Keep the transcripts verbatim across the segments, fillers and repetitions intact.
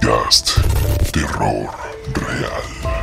Podcast Terror Real.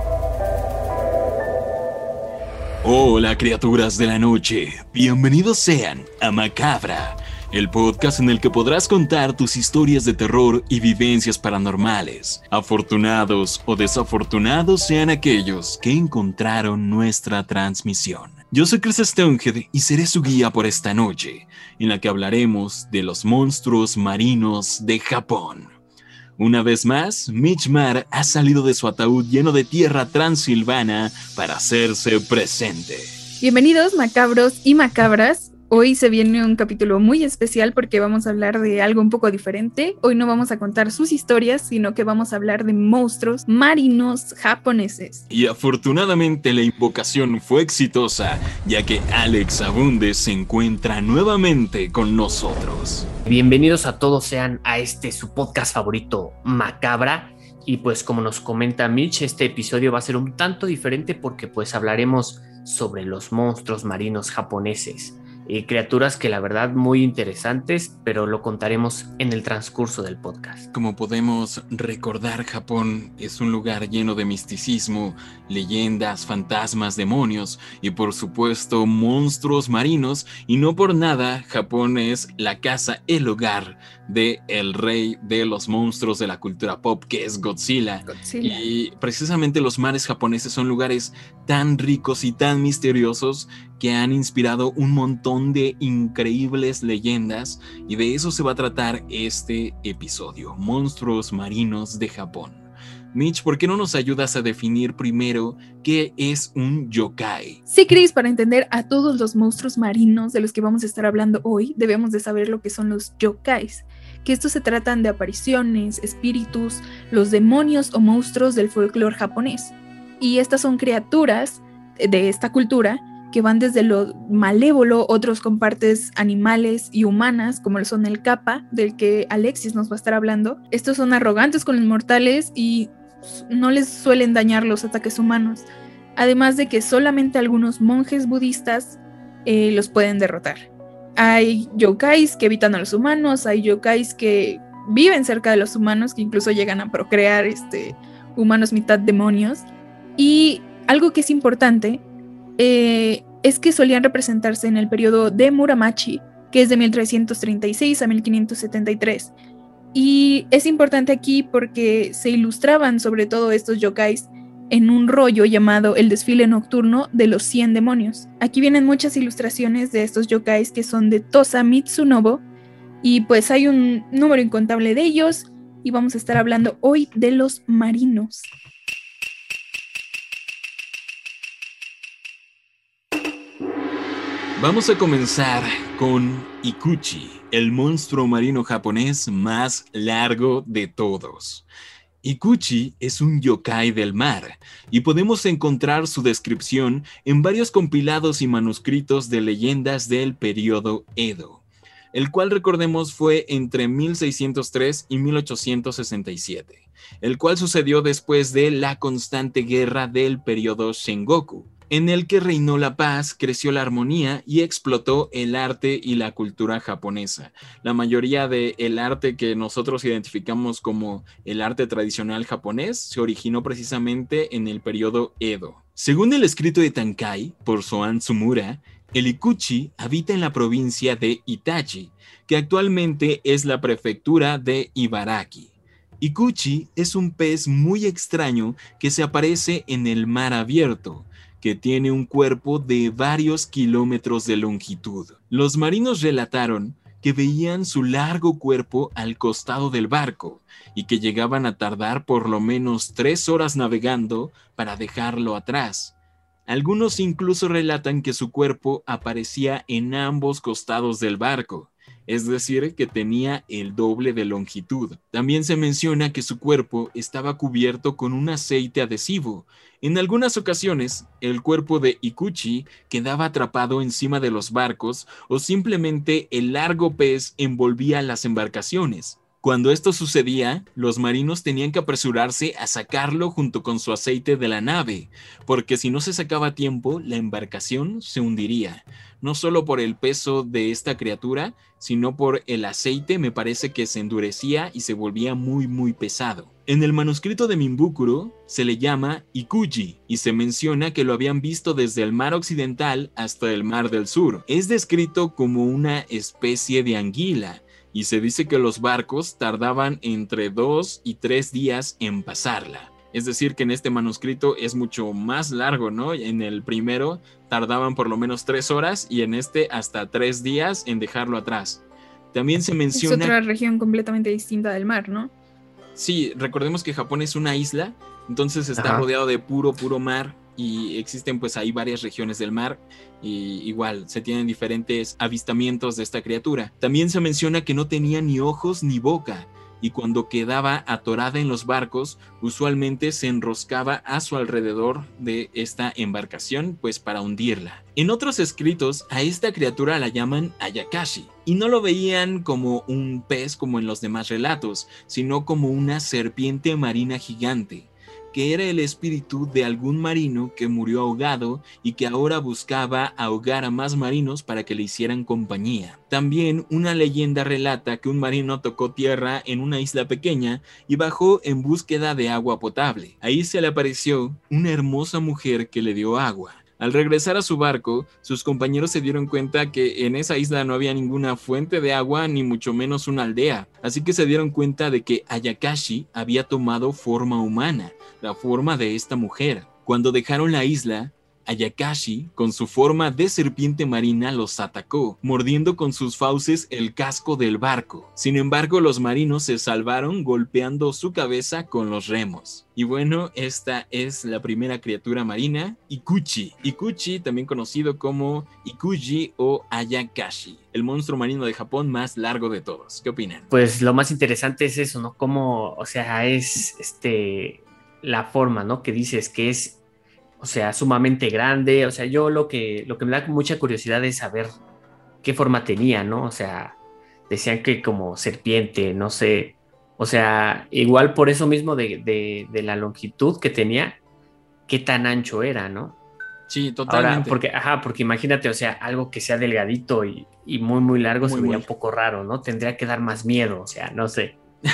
Hola criaturas de la noche, bienvenidos sean a Macabra, el podcast en el que podrás contar tus historias de terror y vivencias paranormales. Afortunados o desafortunados sean aquellos que encontraron nuestra transmisión. Yo soy Chris Stonehead y seré su guía por esta noche, en la que hablaremos de los monstruos marinos de Japón. Una vez más, Mitchmar ha salido de su ataúd lleno de tierra transilvana para hacerse presente. Bienvenidos macabros y macabras. Hoy se viene un capítulo muy especial porque vamos a hablar de algo un poco diferente. Hoy no vamos a contar sus historias, sino que vamos a hablar de monstruos marinos japoneses. Y afortunadamente la invocación fue exitosa, ya que Alex Abundes se encuentra nuevamente con nosotros. Bienvenidos a todos sean a este su podcast favorito, Macabra. Y pues como nos comenta Mitch, este episodio va a ser un tanto diferente porque pues hablaremos sobre los monstruos marinos japoneses. Y criaturas que la verdad muy interesantes, pero lo contaremos en el transcurso del podcast. Como podemos recordar, Japón es un lugar lleno de misticismo, leyendas, fantasmas, demonios y por supuesto monstruos marinos, y no por nada Japón es la casa, el hogar de el rey de los monstruos de la cultura pop, que es Godzilla. Godzilla. Y precisamente los mares japoneses son lugares tan ricos y tan misteriosos que han inspirado un montón de increíbles leyendas, y de eso se va a tratar este episodio, monstruos marinos de Japón. Mitch, ¿por qué no nos ayudas a definir primero qué es un yokai? Sí, Chris, para entender a todos los monstruos marinos de los que vamos a estar hablando hoy, debemos de saber lo que son los yokais, que estos se tratan de apariciones, espíritus, los demonios o monstruos del folclore japonés. Y estas son criaturas de esta cultura que van desde lo malévolo, otros con partes animales y humanas, como lo son el kappa, del que Alexis nos va a estar hablando. Estos son arrogantes con los mortales y no les suelen dañar los ataques humanos, además de que solamente algunos monjes budistas eh, los pueden derrotar. Hay yokais que evitan a los humanos, hay yokais que viven cerca de los humanos, que incluso llegan a procrear este, humanos mitad demonios. Y algo que es importante Eh, es que solían representarse en el periodo de Muromachi, que es de mil trescientos treinta y seis a mil quinientos setenta y tres. Y es importante aquí porque se ilustraban sobre todo estos yokais en un rollo llamado El desfile nocturno de los cien demonios. Aquí vienen muchas ilustraciones de estos yokais que son de Tosa Mitsunobu, y pues hay un número incontable de ellos, y vamos a estar hablando hoy de los marinos. Vamos a comenzar con Ikuchi, el monstruo marino japonés más largo de todos. Ikuchi es un yokai del mar, y podemos encontrar su descripción en varios compilados y manuscritos de leyendas del periodo Edo, el cual recordemos fue entre mil seiscientos tres y mil ochocientos sesenta y siete, el cual sucedió después de la constante guerra del periodo Sengoku, en el que reinó la paz, creció la armonía y explotó el arte y la cultura japonesa. La mayoría del arte que nosotros identificamos como el arte tradicional japonés se originó precisamente en el periodo Edo. Según el escrito de Tankai, por Soan Tsumura, el Ikuchi habita en la provincia de Itachi, que actualmente es la prefectura de Ibaraki. Ikuchi es un pez muy extraño que se aparece en el mar abierto, que tiene un cuerpo de varios kilómetros de longitud. Los marinos relataron que veían su largo cuerpo al costado del barco y que llegaban a tardar por lo menos tres horas navegando para dejarlo atrás. Algunos incluso relatan que su cuerpo aparecía en ambos costados del barco, es decir, que tenía el doble de longitud. También se menciona que su cuerpo estaba cubierto con un aceite adhesivo. En algunas ocasiones, el cuerpo de Ikuchi quedaba atrapado encima de los barcos o simplemente el largo pez envolvía las embarcaciones. Cuando esto sucedía, los marinos tenían que apresurarse a sacarlo junto con su aceite de la nave, porque si no se sacaba a tiempo, la embarcación se hundiría. No solo por el peso de esta criatura, sino por el aceite, me parece que se endurecía y se volvía muy muy pesado. En el manuscrito de Minbukuro se le llama Ikuji y se menciona que lo habían visto desde el mar occidental hasta el mar del sur. Es descrito como una especie de anguila y se dice que los barcos tardaban entre dos y tres días en pasarla. Es decir, que en este manuscrito es mucho más largo, ¿no? En el primero tardaban por lo menos tres horas y en este hasta tres días en dejarlo atrás. También se menciona... Es otra región completamente distinta del mar, ¿no? Sí, recordemos que Japón es una isla, entonces está Ajá. rodeado de puro, puro mar y existen pues ahí varias regiones del mar y igual se tienen diferentes avistamientos de esta criatura. También se menciona que no tenía ni ojos ni boca y cuando quedaba atorada en los barcos usualmente se enroscaba a su alrededor de esta embarcación pues para hundirla. En otros escritos a esta criatura la llaman Ayakashi y no lo veían como un pez como en los demás relatos, sino como una serpiente marina gigante, que era el espíritu de algún marino que murió ahogado y que ahora buscaba ahogar a más marinos para que le hicieran compañía. También una leyenda relata que un marino tocó tierra en una isla pequeña y bajó en búsqueda de agua potable. Ahí se le apareció una hermosa mujer que le dio agua. Al regresar a su barco, sus compañeros se dieron cuenta que en esa isla no había ninguna fuente de agua ni mucho menos una aldea, así que se dieron cuenta de que Ayakashi había tomado forma humana, la forma de esta mujer. Cuando dejaron la isla, Ayakashi, con su forma de serpiente marina, los atacó, mordiendo con sus fauces el casco del barco. Sin embargo, los marinos se salvaron golpeando su cabeza con los remos. Y bueno, esta es la primera criatura marina, Ikuchi. Ikuchi, también conocido como Ikuji o Ayakashi, el monstruo marino de Japón más largo de todos. ¿Qué opinan? Pues lo más interesante es eso, ¿no? Cómo, o sea, es este la forma, ¿no? Que dices que es, o sea, sumamente grande. O sea, yo lo que, lo que me da mucha curiosidad es saber qué forma tenía, ¿no? O sea, decían que como serpiente, no sé. O sea, igual por eso mismo de, de, de la longitud que tenía, qué tan ancho era, ¿no? Sí, totalmente. Ahora, porque, ajá, porque imagínate, o sea, algo que sea delgadito y, y muy, muy largo Muy, se vería muy. un poco raro, ¿no? Tendría que dar más miedo, o sea, no sé.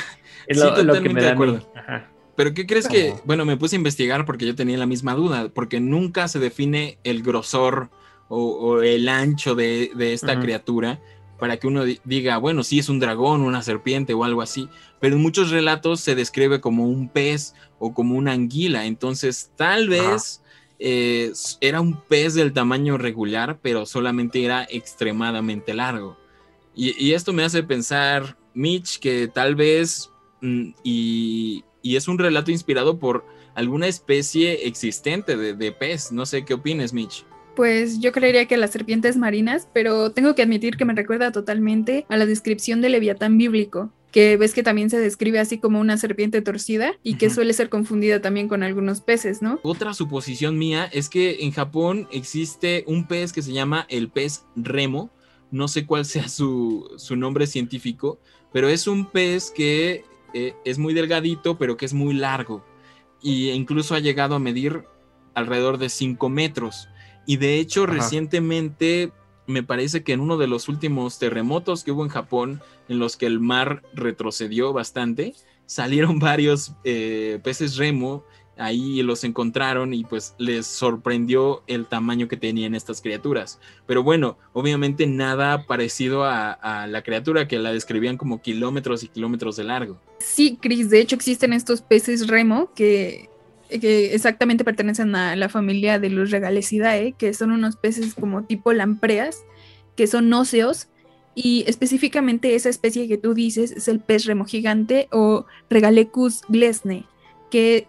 Es Sí, lo, lo que totalmente me de da a mí. acuerdo. Ajá. Pero ¿qué crees que? Ajá. Bueno, me puse a investigar porque yo tenía la misma duda, porque nunca se define el grosor o, o el ancho de, de esta Ujú. criatura para que uno di- diga, bueno, sí es un dragón, una serpiente o algo así, pero en muchos relatos se describe como un pez o como una anguila, entonces tal vez eh, s- era un pez del tamaño regular, pero solamente era extremadamente largo. Y, y esto me hace pensar, Mitch, que tal vez, mm, y, y es un relato inspirado por alguna especie existente de, de pez. No sé qué opines, Mitch. Pues yo creería que las serpientes marinas, pero tengo que admitir que me recuerda totalmente a la descripción del Leviatán bíblico, que ves que también se describe así como una serpiente torcida y que Ujú. suele ser confundida también con algunos peces, ¿no? Otra suposición mía es que en Japón existe un pez que se llama el pez remo. No sé cuál sea su, su nombre científico, pero es un pez que eh, es muy delgadito, pero que es muy largo. Y incluso ha llegado a medir alrededor de cinco metros. Y de hecho, Ajá. recientemente, me parece que en uno de los últimos terremotos que hubo en Japón, en los que el mar retrocedió bastante, salieron varios eh, peces remo ahí, los encontraron y pues les sorprendió el tamaño que tenían estas criaturas. Pero bueno, obviamente nada parecido a, a la criatura, que la describían como kilómetros y kilómetros de largo. Sí, Chris, de hecho existen estos peces remo que, que exactamente pertenecen a la familia de los Regalesidae, que son unos peces como tipo lampreas, que son óseos, y específicamente esa especie que tú dices es el pez remo gigante o Regalecus glesne, que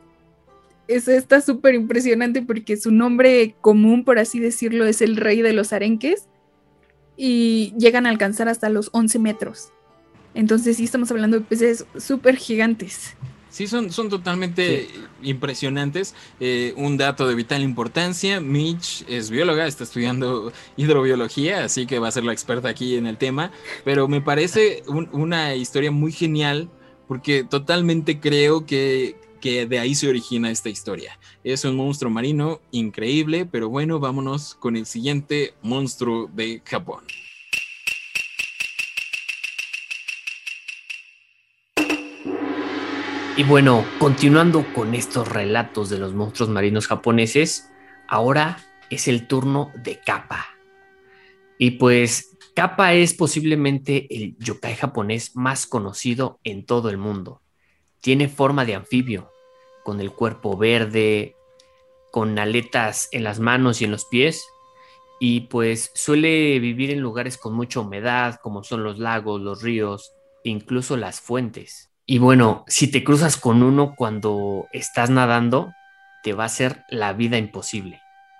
es, está súper impresionante porque su nombre común, por así decirlo, es el rey de los arenques, y llegan a alcanzar hasta los once metros. Entonces sí estamos hablando de peces súper gigantes. Sí, son, son totalmente sí. impresionantes. Eh, un dato de vital importancia, Mitch es bióloga, está estudiando hidrobiología, así que va a ser la experta aquí en el tema, pero me parece un, una historia muy genial porque totalmente creo que, que de ahí se origina esta historia. Es un monstruo marino increíble, pero bueno, vámonos con el siguiente monstruo de Japón. Y bueno, continuando con estos relatos de los monstruos marinos japoneses, ahora es el turno de Kappa. Y pues Kappa es posiblemente el yokai japonés más conocido en todo el mundo. Tiene forma de anfibio, con el cuerpo verde, con aletas en las manos y en los pies, y pues suele vivir en lugares con mucha humedad, como son los lagos, los ríos, e incluso las fuentes. Y bueno, si te cruzas con uno cuando estás nadando, te va a hacer la vida imposible.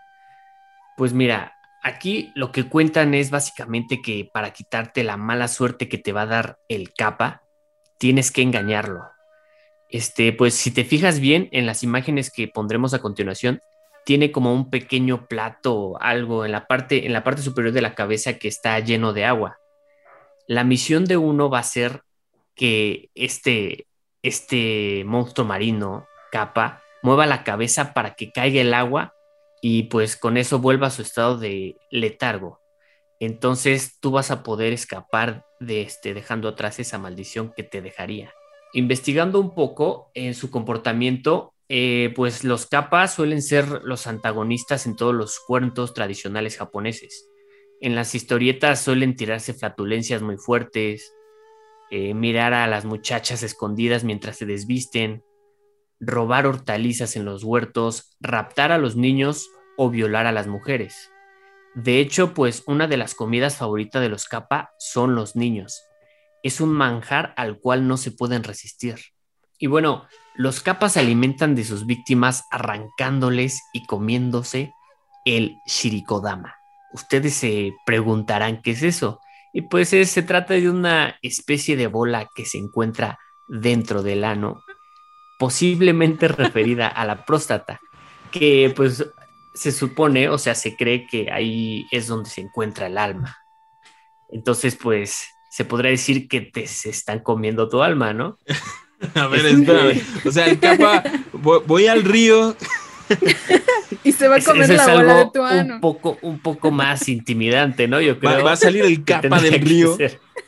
Pues mira, aquí lo que cuentan es básicamente que para quitarte la mala suerte que te va a dar el Kappa, tienes que engañarlo. Este, pues si te fijas bien en las imágenes que pondremos a continuación, tiene como un pequeño plato, algo en la parte, en la parte superior de la cabeza que está lleno de agua. La misión de uno va a ser que este, este monstruo marino, Kappa, mueva la cabeza para que caiga el agua y pues con eso vuelva a su estado de letargo. Entonces tú vas a poder escapar de este, dejando atrás esa maldición que te dejaría. Investigando un poco en su comportamiento, eh, pues los Kappa suelen ser los antagonistas en todos los cuentos tradicionales japoneses. En las historietas suelen tirarse flatulencias muy fuertes, Eh, mirar a las muchachas escondidas mientras se desvisten, robar hortalizas en los huertos, raptar a los niños o violar a las mujeres. De hecho, pues una de las comidas favoritas de los Kappa son los niños. Es un manjar al cual no se pueden resistir. Y bueno, los Kappa se alimentan de sus víctimas arrancándoles y comiéndose el shirikodama. Ustedes se preguntarán qué es eso. Y pues es, se trata de una especie de bola que se encuentra dentro del ano, posiblemente referida a la próstata, que pues se supone, o sea, se cree que ahí es donde se encuentra el alma. Entonces, pues, se podría decir que te se están comiendo tu alma, ¿no? A ver, espérame. O sea, el Kappa, voy, voy al río... Y se va a comer es, la bola de tu ano. Un poco, un poco más intimidante, ¿no? Yo creo. Va, va a salir el Kappa del río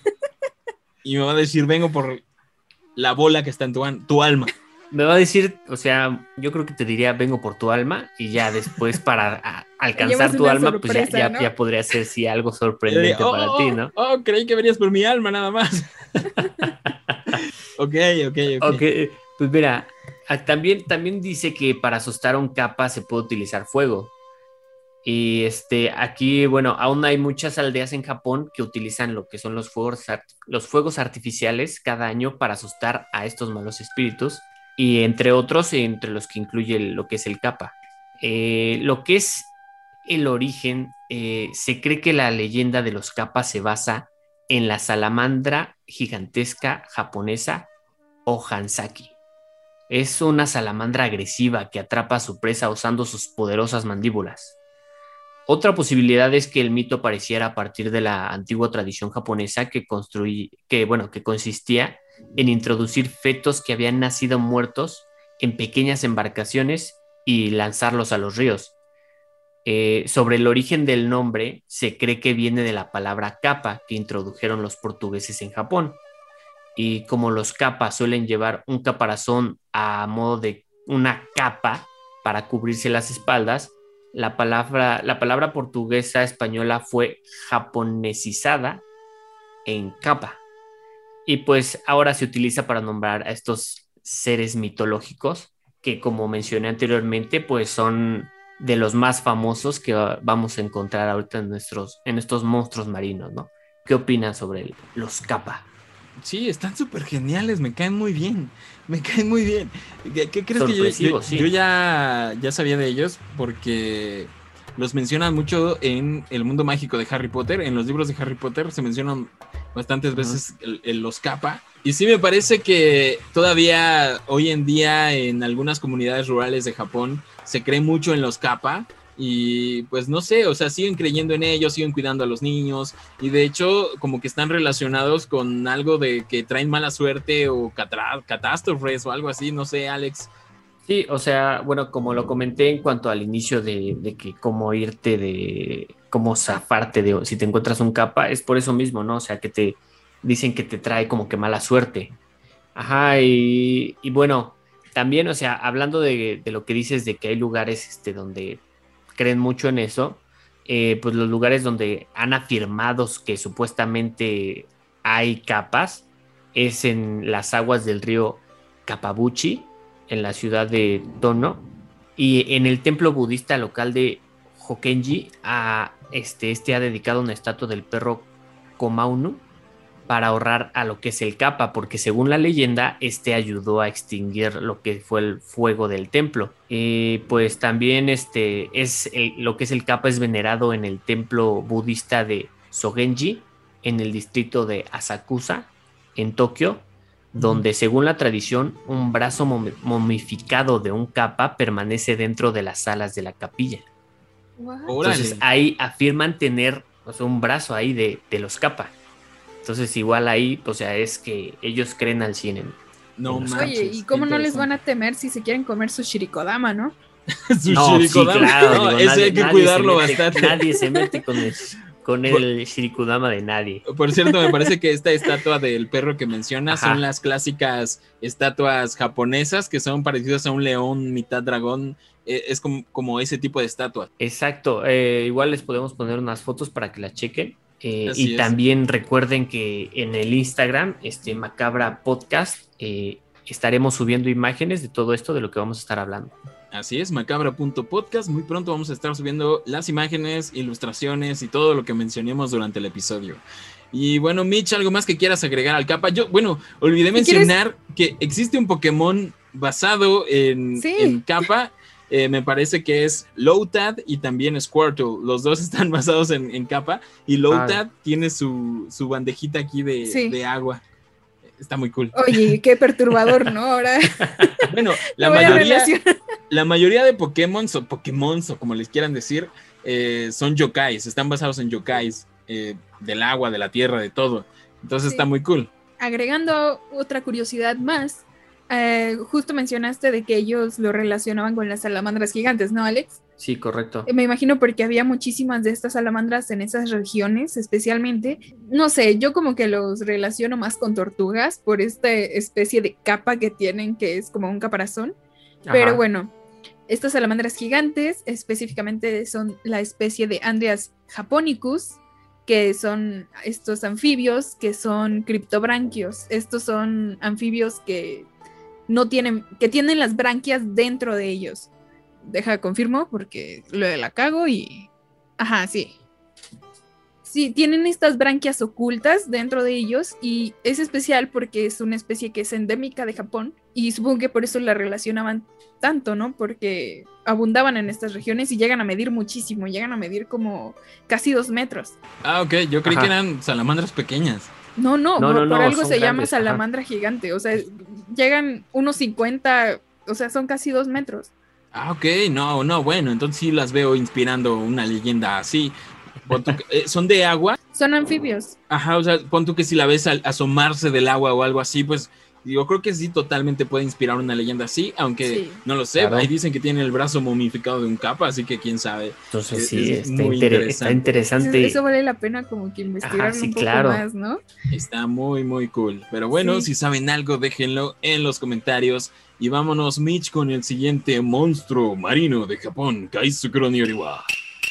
y me va a decir, vengo por la bola que está en tu, an- tu alma. Me va a decir, o sea, yo creo que te diría, vengo por tu alma, y ya después para a, alcanzar tu alma, sorpresa, pues ya, ya, ¿no? ya podría ser sí algo sorprendente diría, oh, para oh, ti, ¿no? Oh, creí que venías por mi alma nada más. ok, ok, ok. Ok, pues mira, también, también dice que para asustar a un Kappa se puede utilizar fuego. Y este, aquí, bueno, aún hay muchas aldeas en Japón que utilizan lo que son los fuegos, los fuegos artificiales cada año para asustar a estos malos espíritus. Y entre otros, entre los que incluye lo que es el Kappa. Eh, lo que es el origen, eh, se cree que la leyenda de los Kappa se basa en la salamandra gigantesca japonesa o Hansaki. Es una salamandra agresiva que atrapa a su presa usando sus poderosas mandíbulas. Otra posibilidad es que el mito apareciera a partir de la antigua tradición japonesa que, construí, que, bueno, que consistía en introducir fetos que habían nacido muertos en pequeñas embarcaciones y lanzarlos a los ríos. Eh, sobre el origen del nombre, se cree que viene de la palabra capa que introdujeron los portugueses en Japón. Y como los Kappa suelen llevar un caparazón a modo de una capa para cubrirse las espaldas, la palabra, la palabra portuguesa española fue japonesizada en Kappa. Y pues ahora se utiliza para nombrar a estos seres mitológicos que, como mencioné anteriormente, pues son de los más famosos que vamos a encontrar ahorita en, nuestros, en estos monstruos marinos, ¿no? ¿Qué opinan sobre los Kappa? Sí, están súper geniales, me caen muy bien, me caen muy bien. ¿Qué, qué crees que yo, yo, sí. yo ya, ya sabía de ellos? Porque los mencionan mucho en el mundo mágico de Harry Potter. En los libros de Harry Potter se mencionan bastantes veces el, el, los kappa. Y sí me parece que todavía hoy en día en algunas comunidades rurales de Japón se cree mucho en los kappa. Y pues no sé, o sea, siguen creyendo en ellos, siguen cuidando a los niños. Y de hecho como que están relacionados con algo de que traen mala suerte o catra- catástrofes o algo así, no sé, Alex. Sí, o sea, bueno, como lo comenté en cuanto al inicio de, de que cómo irte de, cómo zafarte de si te encuentras un kappa, es por eso mismo, ¿no? O sea, que te dicen que te trae como que mala suerte. Ajá, y, y bueno, también, o sea, hablando de, de lo que dices de que hay lugares este, donde creen mucho en eso, eh, pues los lugares donde han afirmado que supuestamente hay kappas es en las aguas del río Kapabuchi, en la ciudad de Tono, y en el templo budista local de Hokkenji, a, este, este ha dedicado una estatua del perro Komaunu para ahorrar a lo que es el kappa, porque según la leyenda, este ayudó a extinguir lo que fue el fuego del templo. Y pues también este es el, lo que es el kappa es venerado en el templo budista de Sogenji, en el distrito de Asakusa, en Tokio, donde según la tradición, un brazo mom- momificado de un kappa permanece dentro de las salas de la capilla. What? Entonces ahí afirman tener, o sea, un brazo ahí de, de los kappa. Entonces igual ahí, o sea, es que ellos creen al cien en, No en los manches. Oye, ¿y cómo no les van a temer si se quieren comer su shirikodama, no? Su no, sí, shirikodama. claro. No, Digo, ese nadie, hay que nadie cuidarlo se mete, bastante. Nadie se mete con el, con el shirikudama de nadie. Por cierto, me parece que esta estatua del perro que mencionas Ajá. son las clásicas estatuas japonesas que son parecidas a un león mitad dragón. Eh, es como, como ese tipo de estatua. Exacto. Eh, igual les podemos poner unas fotos para que las chequen. Eh, Así y es. también recuerden que en el Instagram, este Macabra Podcast, eh, estaremos subiendo imágenes de todo esto de lo que vamos a estar hablando. Así es, macabra punto podcast. Muy pronto vamos a estar subiendo las imágenes, ilustraciones y todo lo que mencionemos durante el episodio. Y bueno, Mitch, ¿algo más que quieras agregar al kappa? Yo, bueno, olvidé mencionar que existe un Pokémon basado en, Sí. en kappa. Eh, me parece que es Lotad y también Squirtle. Los dos están basados en, en kappa. Y Lotad Ah. tiene su, su bandejita aquí de, Sí. de agua. Está muy cool. Oye, qué perturbador, ¿no? Ahora Bueno, la lo voy a mayoría, relacionar. la mayoría de Pokémon o Pokémon o como les quieran decir, eh, son yokais. Están basados en yokais eh, del agua, de la tierra, de todo. Entonces Sí. está muy cool. Agregando otra curiosidad más, eh, justo mencionaste de que ellos lo relacionaban con las salamandras gigantes, ¿no, Alex? Sí, correcto. Me imagino porque había muchísimas de estas salamandras en esas regiones, especialmente. No sé, yo como que los relaciono más con tortugas por esta especie de capa que tienen, que es como un caparazón. Ajá. Pero bueno, estas salamandras gigantes específicamente son la especie de Andreas japonicus, que son estos anfibios que son criptobranquios. Estos son anfibios que no tienen, que tienen las branquias dentro de ellos. Deja, confirmo, porque lo de la cago y... Ajá, sí. Sí, tienen estas branquias ocultas dentro de ellos y es especial porque es una especie que es endémica de Japón y supongo que por eso la relacionaban tanto, ¿no? Porque abundaban en estas regiones y llegan a medir muchísimo, llegan a medir como casi dos metros. Ah, ok. Yo creí Ajá. que eran salamandras pequeñas. No, no, No, por, no, por no, algo son se llama grandes, ajá. salamandra gigante, o sea, llegan unos cincuenta, o sea, son casi dos metros. Ah, ok. No, no, bueno. Entonces sí las veo inspirando una leyenda así. Pon tú que- eh, ¿Son de agua? Son anfibios. Ajá, o sea, pon tú que si la ves al asomarse del agua o algo así, pues yo creo que sí totalmente puede inspirar una leyenda así, aunque Sí. no lo sé. Claro. Ahí dicen que tiene el brazo momificado de un kappa, así que quién sabe. Entonces Es- sí, es está, muy inter- interesante. está interesante. Eso vale la pena como que investigar Ajá, sí, un poco claro. más, ¿no? Está muy, muy cool. Pero bueno, Sí. si saben algo, déjenlo en los comentarios. Y vámonos, Mitch, con el siguiente monstruo marino de Japón, Kaizukuro Nioriwa.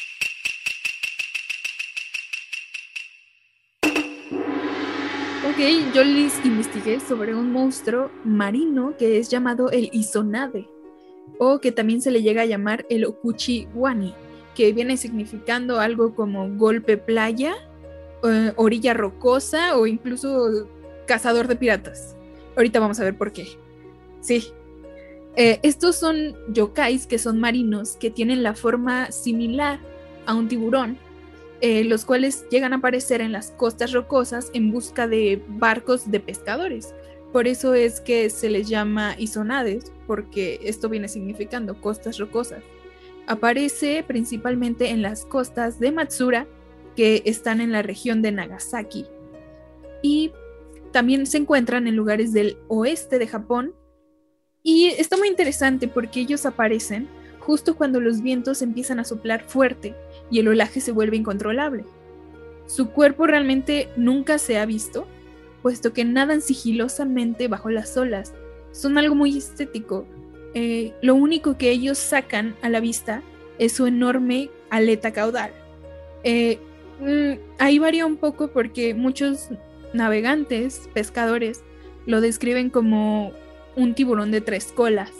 Ok, yo les investigué sobre un monstruo marino que es llamado el Izonade, o que también se le llega a llamar el Okuchi Wani, que viene significando algo como golpe playa, eh, orilla rocosa o incluso cazador de piratas. Ahorita vamos a ver por qué. Sí. Eh, estos son yokais que son marinos, que tienen la forma similar a un tiburón eh, los cuales llegan a aparecer en las costas rocosas en busca de barcos de pescadores. Por eso es que se les llama Isonades, porque esto viene significando costas rocosas. Aparece principalmente en las costas de Matsura, que están en la región de Nagasaki. Y también se encuentran en lugares del oeste de Japón. Y está muy interesante porque ellos aparecen justo cuando los vientos empiezan a soplar fuerte y el olaje se vuelve incontrolable. Su cuerpo realmente nunca se ha visto, puesto que nadan sigilosamente bajo las olas. Son algo muy estético. Eh, lo único que ellos sacan a la vista es su enorme aleta caudal. Eh, mm, ahí varía un poco porque muchos navegantes, pescadores, lo describen como un tiburón de tres colas.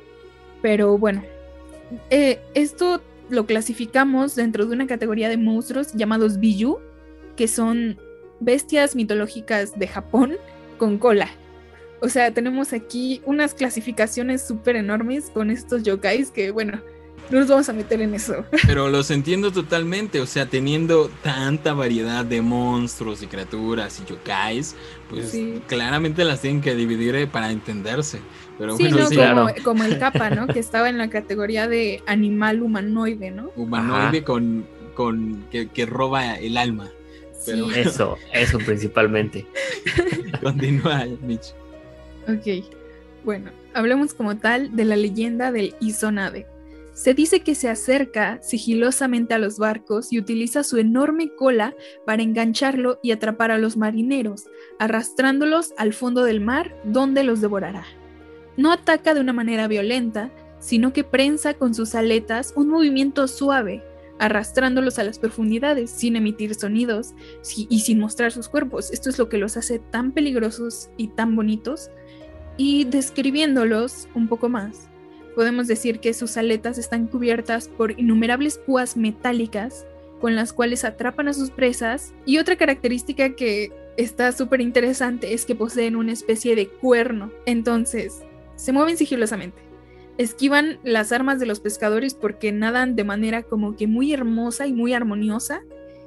Pero bueno, eh, esto lo clasificamos dentro de una categoría de monstruos llamados Biju, que son bestias mitológicas de Japón con cola. O sea, tenemos aquí unas clasificaciones súper enormes con estos yokais que, bueno, no nos vamos a meter en eso. Pero los entiendo totalmente, o sea, teniendo tanta variedad de monstruos y criaturas y yokais, pues sí, claramente las tienen que dividir para entenderse. Pero sí, bueno, no, sí, como, claro. como el Kappa, ¿no? Que estaba en la categoría de animal humanoide, ¿no? Humanoide con, con que, que roba el alma. Pero... Sí. Eso, eso principalmente. Continúa, Mitch. Ok, bueno, hablemos como tal de la leyenda del Isonade. Se dice que se acerca sigilosamente a los barcos y utiliza su enorme cola para engancharlo y atrapar a los marineros, arrastrándolos al fondo del mar, donde los devorará. No ataca de una manera violenta, sino que prensa con sus aletas un movimiento suave, arrastrándolos a las profundidades sin emitir sonidos y sin mostrar sus cuerpos. Esto es lo que los hace tan peligrosos y tan bonitos. Y describiéndolos un poco más, podemos decir que sus aletas están cubiertas por innumerables púas metálicas con las cuales atrapan a sus presas. Y otra característica que está súper interesante es que poseen una especie de cuerno. Entonces, se mueven sigilosamente. Esquivan las armas de los pescadores porque nadan de manera como que muy hermosa y muy armoniosa.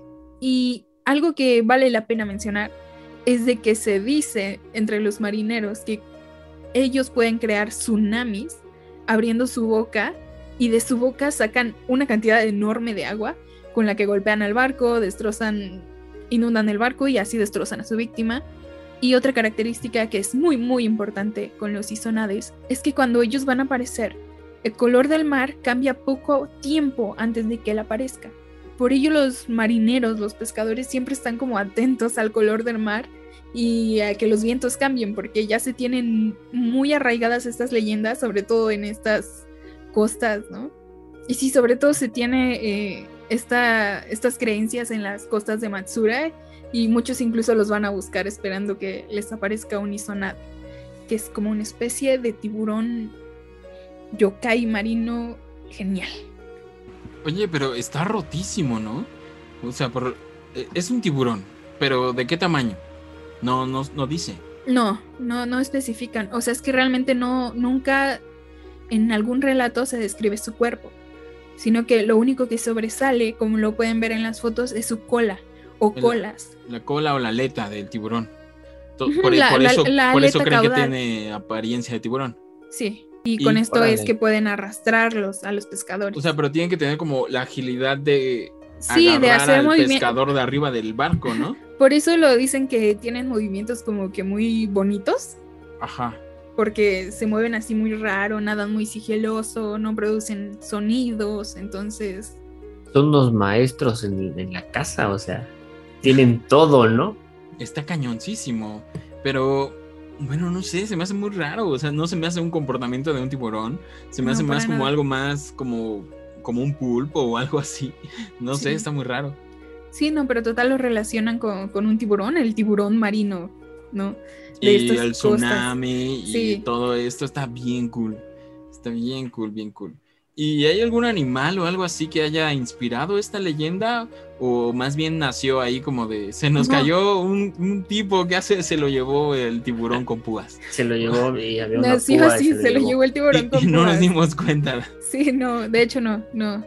Y algo que vale la pena mencionar es de que se dice entre los marineros que ellos pueden crear tsunamis abriendo su boca, y de su boca sacan una cantidad enorme de agua con la que golpean al barco, destrozan, inundan el barco y así destrozan a su víctima. Y otra característica que es muy muy importante con los Isonades es que cuando ellos van a aparecer, el color del mar cambia poco tiempo antes de que él aparezca. Por ello los marineros, los pescadores siempre están como atentos al color del mar y a que los vientos cambien, porque ya se tienen muy arraigadas estas leyendas, sobre todo en estas costas, ¿no? Y sí, sobre todo se tiene eh, esta, estas creencias en las costas de Matsura, y muchos incluso los van a buscar esperando que les aparezca un Isonade, que es como una especie de tiburón yokai marino genial. Oye, pero está rotísimo, ¿no? O sea, por, es un tiburón, pero ¿de qué tamaño? No, no, no dice. No, no, no especifican. O sea, es que realmente no, nunca en algún relato se describe su cuerpo, sino que lo único que sobresale, como lo pueden ver en las fotos, es su cola o la, colas. La cola o la aleta del tiburón. Por, la, por eso, la, la por eso creen caudal. Que tiene apariencia de tiburón. Sí, y, y con esto órale. Es que pueden arrastrarlos a los pescadores. O sea, pero tienen que tener como la agilidad de sí, agarrar de hacer al movimiento. pescador de arriba del barco, ¿no? Por eso lo dicen que tienen movimientos como que muy bonitos. Ajá. Porque se mueven así muy raro, nadan muy sigiloso, no producen sonidos, entonces... Son unos maestros en, en la casa, o sea, tienen todo, ¿no? Está cañoncísimo, pero... Bueno, no sé, se me hace muy raro, o sea, no se me hace un comportamiento de un tiburón, se me no, hace más como nada. algo más como, como un pulpo o algo así, no sí. sé, está muy raro. Sí, no, pero total lo relacionan con, con un tiburón, el tiburón marino, ¿no? De y el tsunami costas. y sí. todo esto está bien cool, está bien cool, bien cool. ¿Y hay algún animal o algo así que haya inspirado esta leyenda? ¿O más bien nació ahí como de... Se nos no. cayó un, un tipo que hace, se lo llevó el tiburón con púas? Se lo llevó y había una nació púa así, y se, se lo llevó. llevó el tiburón y, con y púas. no nos dimos cuenta. Sí, no, de hecho no, no.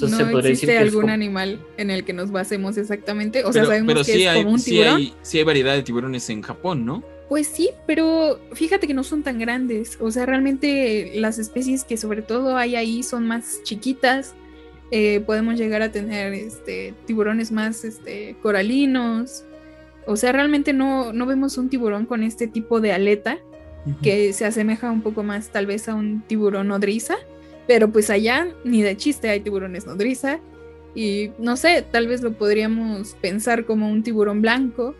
Entonces no se podría decir existe que es algún como- animal en el que nos basemos exactamente. O sea, Pero, sabemos pero que sí, es hay, como un sí, tiburón. hay, sí hay variedad de tiburones en Japón, ¿no? Pues sí, pero fíjate que no son tan grandes. O sea, realmente las especies que sobre todo hay ahí son más chiquitas. Eh, podemos llegar a tener este, tiburones más este, coralinos. O sea, realmente no, no vemos un tiburón con este tipo de aleta que se asemeja un poco más tal vez a un tiburón nodriza. Pero pues allá ni de chiste hay tiburones nodriza. Y no sé, tal vez lo podríamos pensar como un tiburón blanco.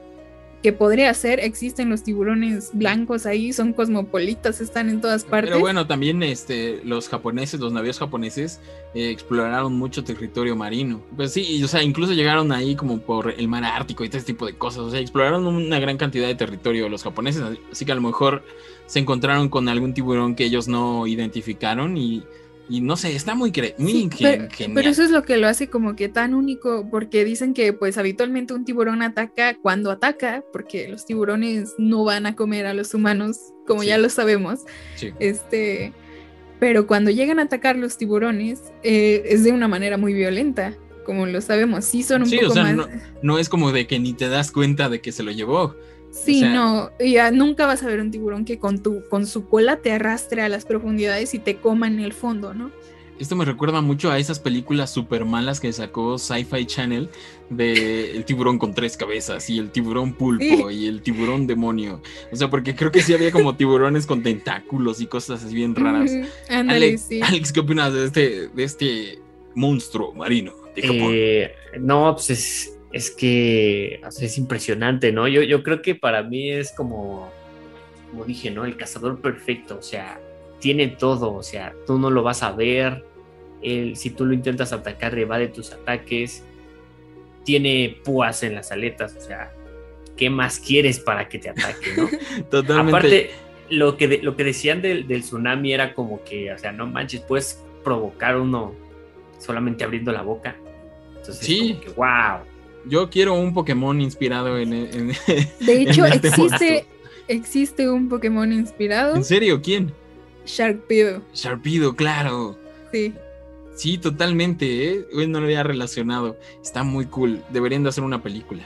Que podría ser, existen los tiburones blancos ahí, son cosmopolitas, están en todas partes. Pero bueno, también este, los japoneses, los navíos japoneses eh, exploraron mucho territorio marino. Pues sí, y, o sea, incluso llegaron ahí como por el mar Ártico y todo ese tipo de cosas. O sea, exploraron una gran cantidad de territorio los japoneses. Así que a lo mejor se encontraron con algún tiburón que ellos no identificaron y, y no sé, está muy, cre muy Sí, gen pero, genial. pero eso es lo que lo hace como que tan único, porque dicen que pues habitualmente un tiburón ataca cuando ataca, porque los tiburones no van a comer a los humanos, como Sí. ya lo sabemos. Sí. Este, pero cuando llegan a atacar los tiburones eh, es de una manera muy violenta, como lo sabemos. Sí son un Sí, poco o sea, más. no, no es como de que ni te das cuenta de que se lo llevó. Sí, o sea, no, ya nunca vas a ver un tiburón que con tu con su cola te arrastre a las profundidades y te coma en el fondo, ¿no? Esto me recuerda mucho a esas películas super malas que sacó Sci-Fi Channel de el tiburón con tres cabezas y el tiburón pulpo Sí. y el tiburón demonio. O sea, porque creo que sí había como tiburones con tentáculos y cosas así bien raras. Ujú, ándale, Alex, sí. Alex, ¿qué opinas de este, de este monstruo marino de Japón? Eh, no, pues es, es que o sea, es impresionante, ¿no? Yo, yo creo que para mí es como, como dije, ¿no? El cazador perfecto, o sea, tiene todo, o sea, tú no lo vas a ver, él, si tú lo intentas atacar, evade tus ataques, tiene púas en las aletas, o sea, ¿qué más quieres para que te ataque, no? Totalmente. Aparte, lo que, de, lo que decían del, del tsunami era como que, o sea, no manches, puedes provocar uno solamente abriendo la boca. Entonces, Sí. como que, wow. Yo quiero un Pokémon inspirado en... en De hecho, en este existe, monstruo. existe un Pokémon inspirado, ¿En serio? ¿Quién? Sharkpedo. Sharpedo, claro. Sí. Sí, totalmente, ¿eh? Hoy no lo había relacionado. Está muy cool. Deberían de hacer una película.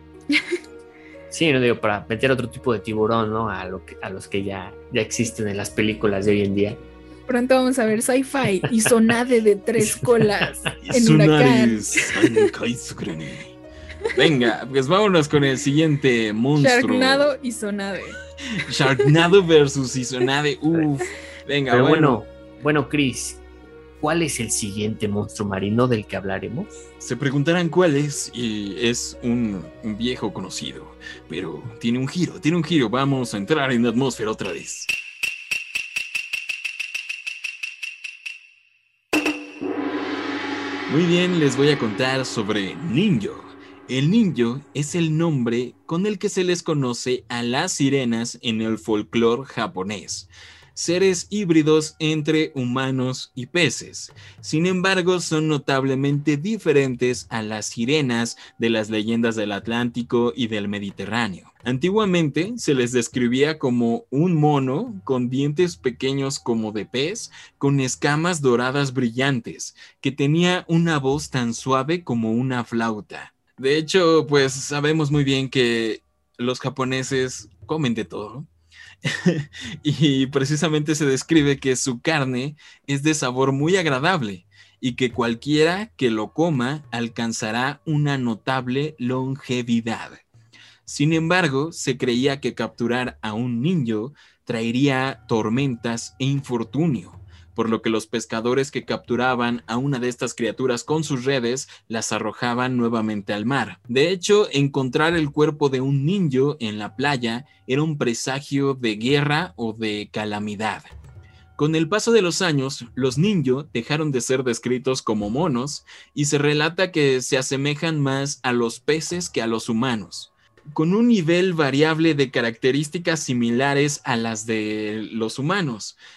Sí, no digo, para meter otro tipo de tiburón, ¿no? A, lo que, a los que ya, ya existen en las películas de hoy en día. Pronto vamos a ver Sci-Fi y Sonade de tres colas en huracán. Venga, pues vámonos con el siguiente monstruo. Sharknado y Sonade. Sharknado versus Isonade. Uf. Venga, Pero bueno. bueno, bueno, Chris, ¿cuál es el siguiente monstruo marino del que hablaremos? Se preguntarán cuál es, y es un, un viejo conocido, pero tiene un giro, tiene un giro. Vamos a entrar en la atmósfera otra vez. Muy bien, les voy a contar sobre Ninjo. El Ninjo es el nombre con el que se les conoce a las sirenas en el folclore japonés. Seres híbridos entre humanos y peces. Sin embargo, son notablemente diferentes a las sirenas de las leyendas del Atlántico y del Mediterráneo. Antiguamente se les describía como un mono con dientes pequeños como de pez, con escamas doradas brillantes, que tenía una voz tan suave como una flauta. De hecho, pues sabemos muy bien que los japoneses comen de todo. Y precisamente se describe que su carne es de sabor muy agradable y que cualquiera que lo coma alcanzará una notable longevidad. Sin embargo, se creía que capturar a un ninjo traería tormentas e infortunio, por lo que los pescadores que capturaban a una de estas criaturas con sus redes las arrojaban nuevamente al mar. De hecho, encontrar el cuerpo de un ninjo en la playa era un presagio de guerra o de calamidad. Con el paso de los años, los ninjo dejaron de ser descritos como monos y se relata que se asemejan más a los peces que a los humanos, con un nivel variable de características similares a las de los humanos,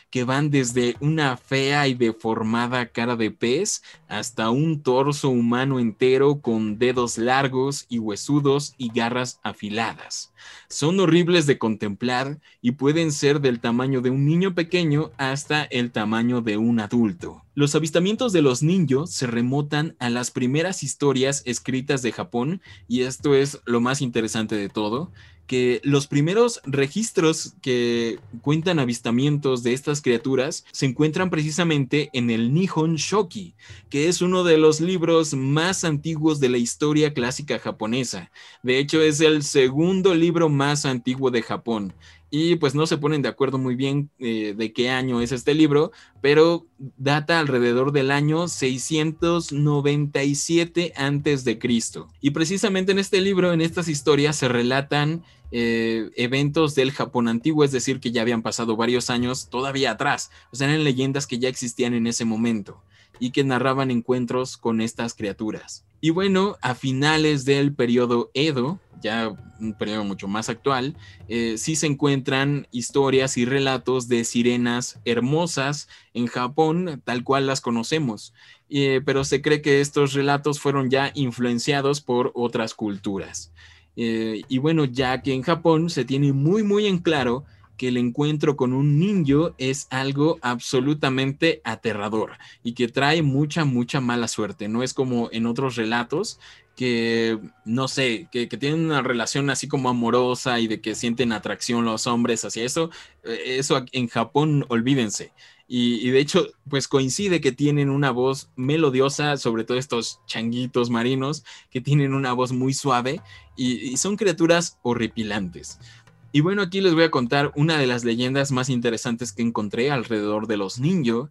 que van desde una fea y deformada cara de pez hasta un torso humano entero con dedos largos y huesudos y garras afiladas. Son horribles de contemplar y pueden ser del tamaño de un niño pequeño hasta el tamaño de un adulto. Los avistamientos de los ninjos se remontan a las primeras historias escritas de Japón, y esto es lo más interesante de todo, que los primeros registros que cuentan avistamientos de estas criaturas se encuentran precisamente en el Nihon Shoki, que es uno de los libros más antiguos de la historia clásica japonesa. De hecho, es el segundo libro más antiguo de Japón. Y pues no se ponen de acuerdo muy bien eh, de qué año es este libro, pero data alrededor del año seiscientos noventa y siete antes de Cristo. Y precisamente en este libro, en estas historias, se relatan eh, eventos del Japón antiguo, es decir, que ya habían pasado varios años todavía atrás. O sea, eran leyendas que ya existían en ese momento y que narraban encuentros con estas criaturas. Y bueno, a finales del periodo Edo, ya un periodo mucho más actual, eh, sí se encuentran historias y relatos de sirenas hermosas en Japón, tal cual las conocemos, eh, pero se cree que estos relatos fueron ya influenciados por otras culturas. Eh, y bueno, ya que en Japón se tiene muy muy en claro que el encuentro con un ninjo es algo absolutamente aterrador y que trae mucha, mucha mala suerte. No es como en otros relatos que, no sé, que, que tienen una relación así como amorosa y de que sienten atracción los hombres hacia eso. Eso en Japón, olvídense. Y, y de hecho, pues coincide que tienen una voz melodiosa, sobre todo estos changuitos marinos, que tienen una voz muy suave y, y son criaturas horripilantes. Y bueno, aquí les voy a contar una de las leyendas más interesantes que encontré alrededor de los ninjo.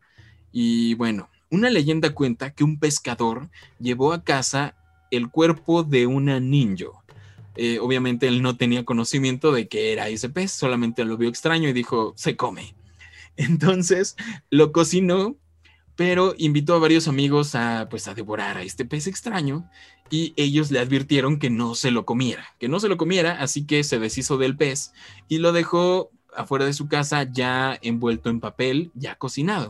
Y bueno, una leyenda cuenta que un pescador llevó a casa el cuerpo de una ninjo. Eh, obviamente él no tenía conocimiento de qué era ese pez, solamente lo vio extraño y dijo, se come. Entonces lo cocinó, pero invitó a varios amigos a, pues, a devorar a este pez extraño y ellos le advirtieron que no se lo comiera, que no se lo comiera, así que se deshizo del pez y lo dejó afuera de su casa ya envuelto en papel, ya cocinado.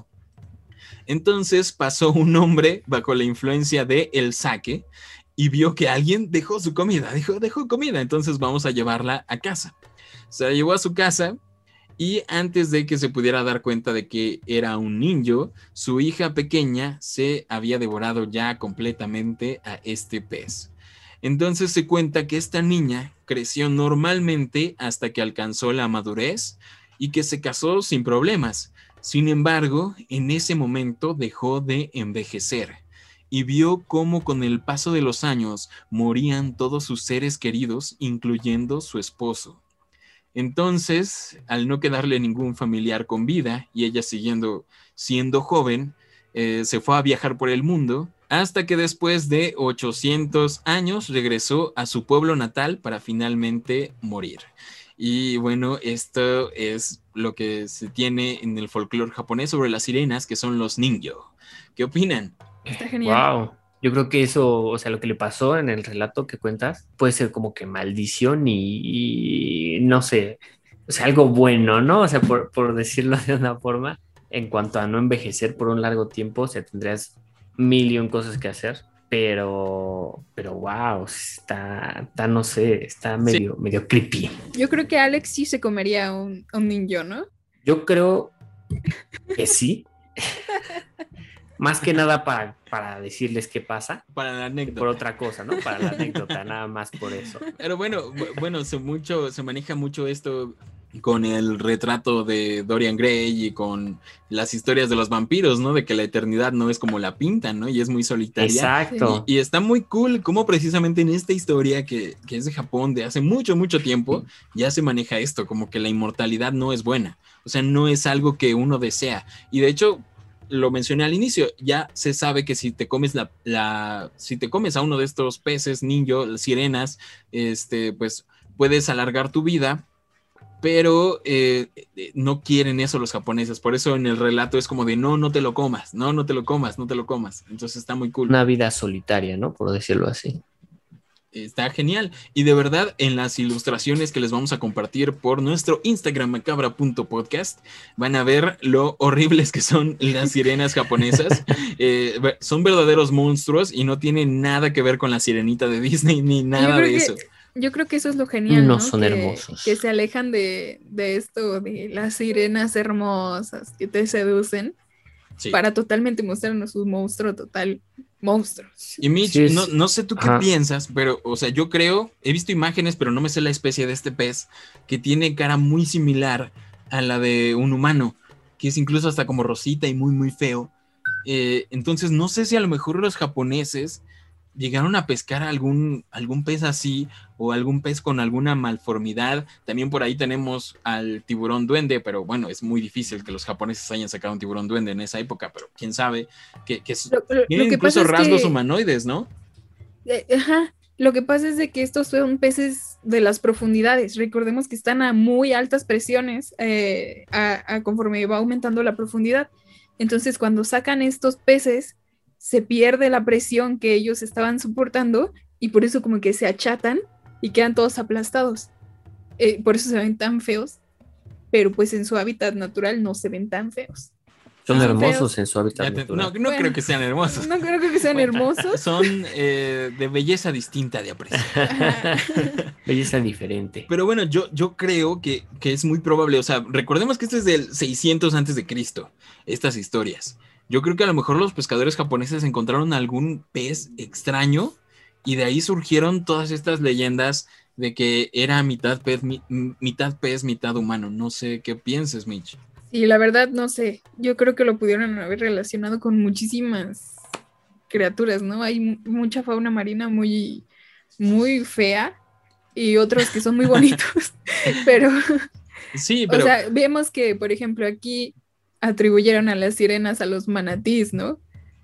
Entonces pasó un hombre bajo la influencia de el sake y vio que alguien dejó su comida, dijo, dejó comida, entonces vamos a llevarla a casa. Se la llevó a su casa. Y antes de que se pudiera dar cuenta de que era un ninjo, su hija pequeña se había devorado ya completamente a este pez. Entonces se cuenta que esta niña creció normalmente hasta que alcanzó la madurez y que se casó sin problemas. Sin embargo, en ese momento dejó de envejecer y vio cómo con el paso de los años morían todos sus seres queridos, incluyendo su esposo. Entonces, al no quedarle ningún familiar con vida y ella siguiendo siendo joven, eh, se fue a viajar por el mundo hasta que después de ochocientos años regresó a su pueblo natal para finalmente morir. Y bueno, esto es lo que se tiene en el folclore japonés sobre las sirenas, que son los ninjo. ¿Qué opinan? Está genial. Wow. Yo creo que eso, o sea, lo que le pasó en el relato que cuentas puede ser como que maldición y, y no sé, o sea, algo bueno, ¿no? O sea, por, por decirlo de una forma, en cuanto a no envejecer por un largo tiempo, o sea, tendrías mil y un cosas que hacer, pero, pero wow, está, está no sé, está medio, sí. medio creepy. Yo creo que Alex sí se comería un, un ninjo, ¿no? Yo creo que sí. Más que nada para, para decirles qué pasa. Para la anécdota. Por otra cosa, ¿no? Para la anécdota, nada más por eso. Pero bueno, bueno, se, mucho, se maneja mucho esto con el retrato de Dorian Gray y con las historias de los vampiros, ¿no? De que la eternidad no es como la pintan, ¿no? Y es muy solitaria. Exacto. Y, y está muy cool cómo precisamente en esta historia que, que es de Japón de hace mucho, mucho tiempo, ya se maneja esto, como que la inmortalidad no es buena. O sea, no es algo que uno desea. Y de hecho, lo mencioné al inicio, ya se sabe que si te comes la, la si te comes a uno de estos peces, ninjo, sirenas, este, pues puedes alargar tu vida, pero eh, no quieren eso los japoneses, por eso en el relato es como de no, no te lo comas, no, no te lo comas, no te lo comas, entonces está muy cool. Una vida solitaria, ¿no? Por decirlo así. Está genial. Y de verdad, en las ilustraciones que les vamos a compartir por nuestro Instagram macabra punto podcast, van a ver lo horribles que son las sirenas japonesas. Eh, son verdaderos monstruos y no tienen nada que ver con la sirenita de Disney ni nada de que, eso. Yo creo que eso es lo genial, ¿no? No son que, hermosos. Que se alejan de, de esto, de las sirenas hermosas que te seducen, sí, para totalmente mostrarnos un monstruo total. Monstruos. Y Mitch, sí, no, no sé tú qué Ajá. piensas, pero, o sea, yo creo, he visto imágenes, pero no me sé la especie de este pez, que tiene cara muy similar a la de un humano, que es incluso hasta como rosita y muy, muy feo. Eh, entonces, no sé si a lo mejor los japoneses llegaron a pescar algún, algún pez así, o algún pez con alguna malformidad. También por ahí tenemos al tiburón duende, pero bueno, es muy difícil que los japoneses hayan sacado un tiburón duende en esa época, pero quién sabe, que, que lo, lo, tienen lo que incluso rasgos que, humanoides, ¿no? Eh, ajá, lo que pasa es de que estos son peces de las profundidades. Recordemos que están a muy altas presiones eh, a, a conforme va aumentando la profundidad. Entonces, cuando sacan estos peces, se pierde la presión que ellos estaban soportando y por eso como que se achatan y quedan todos aplastados. Eh, por eso se ven tan feos, pero pues en su hábitat natural no se ven tan feos. Son ah, hermosos feos. en su hábitat te, natural. No, no bueno, creo que sean hermosos. No creo que sean hermosos. Son eh, de belleza distinta de apreciar. Belleza diferente. Pero bueno, yo, yo creo que, que es muy probable, o sea, recordemos que esto es del seiscientos antes de Cristo, estas historias. Yo creo que a lo mejor los pescadores japoneses encontraron algún pez extraño y de ahí surgieron todas estas leyendas de que era mitad pez, mi, mitad pez, mitad humano. No sé qué pienses, Mitch. Sí, la verdad no sé. Yo creo que lo pudieron haber relacionado con muchísimas criaturas, ¿no? Hay m- mucha fauna marina muy, muy fea y otros que son muy bonitos. pero, sí, pero... O sea, vemos que, por ejemplo, aquí atribuyeron a las sirenas a los manatís, ¿no?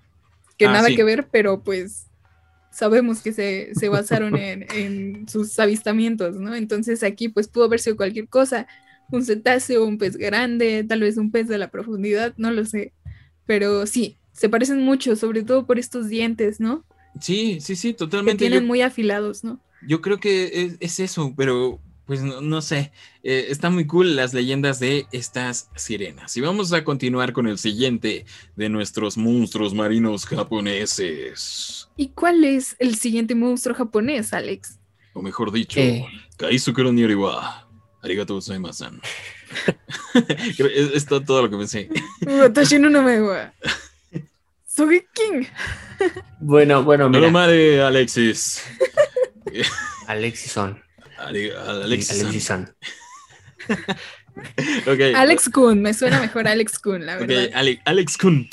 Que ah, nada sí. que ver, pero pues sabemos que se, se basaron en, en sus avistamientos, ¿no? Entonces aquí pues pudo haber sido cualquier cosa, un cetáceo, un pez grande, tal vez un pez de la profundidad, no lo sé, pero sí, se parecen mucho, sobre todo por estos dientes, ¿no? Sí, sí, sí, totalmente. Que tienen yo, muy afilados, ¿no? Yo creo que es, es eso, pero... Pues no, no sé, eh, está muy cool las leyendas de estas sirenas. Y vamos a continuar con el siguiente de nuestros monstruos marinos japoneses. ¿Y cuál es el siguiente monstruo japonés, Alex? O mejor dicho, eh. Kaisukuro Nyori wa Arigatou gozaimasu. es, es todo, todo lo que pensé. Watashi no name wa Sogekin. Bueno, bueno, mira. No lo mare, Alexis. Alexison. Alexis-san. okay. Alex Kun, me suena mejor Alex Kun, la verdad. Okay, Ale- Alex Kun.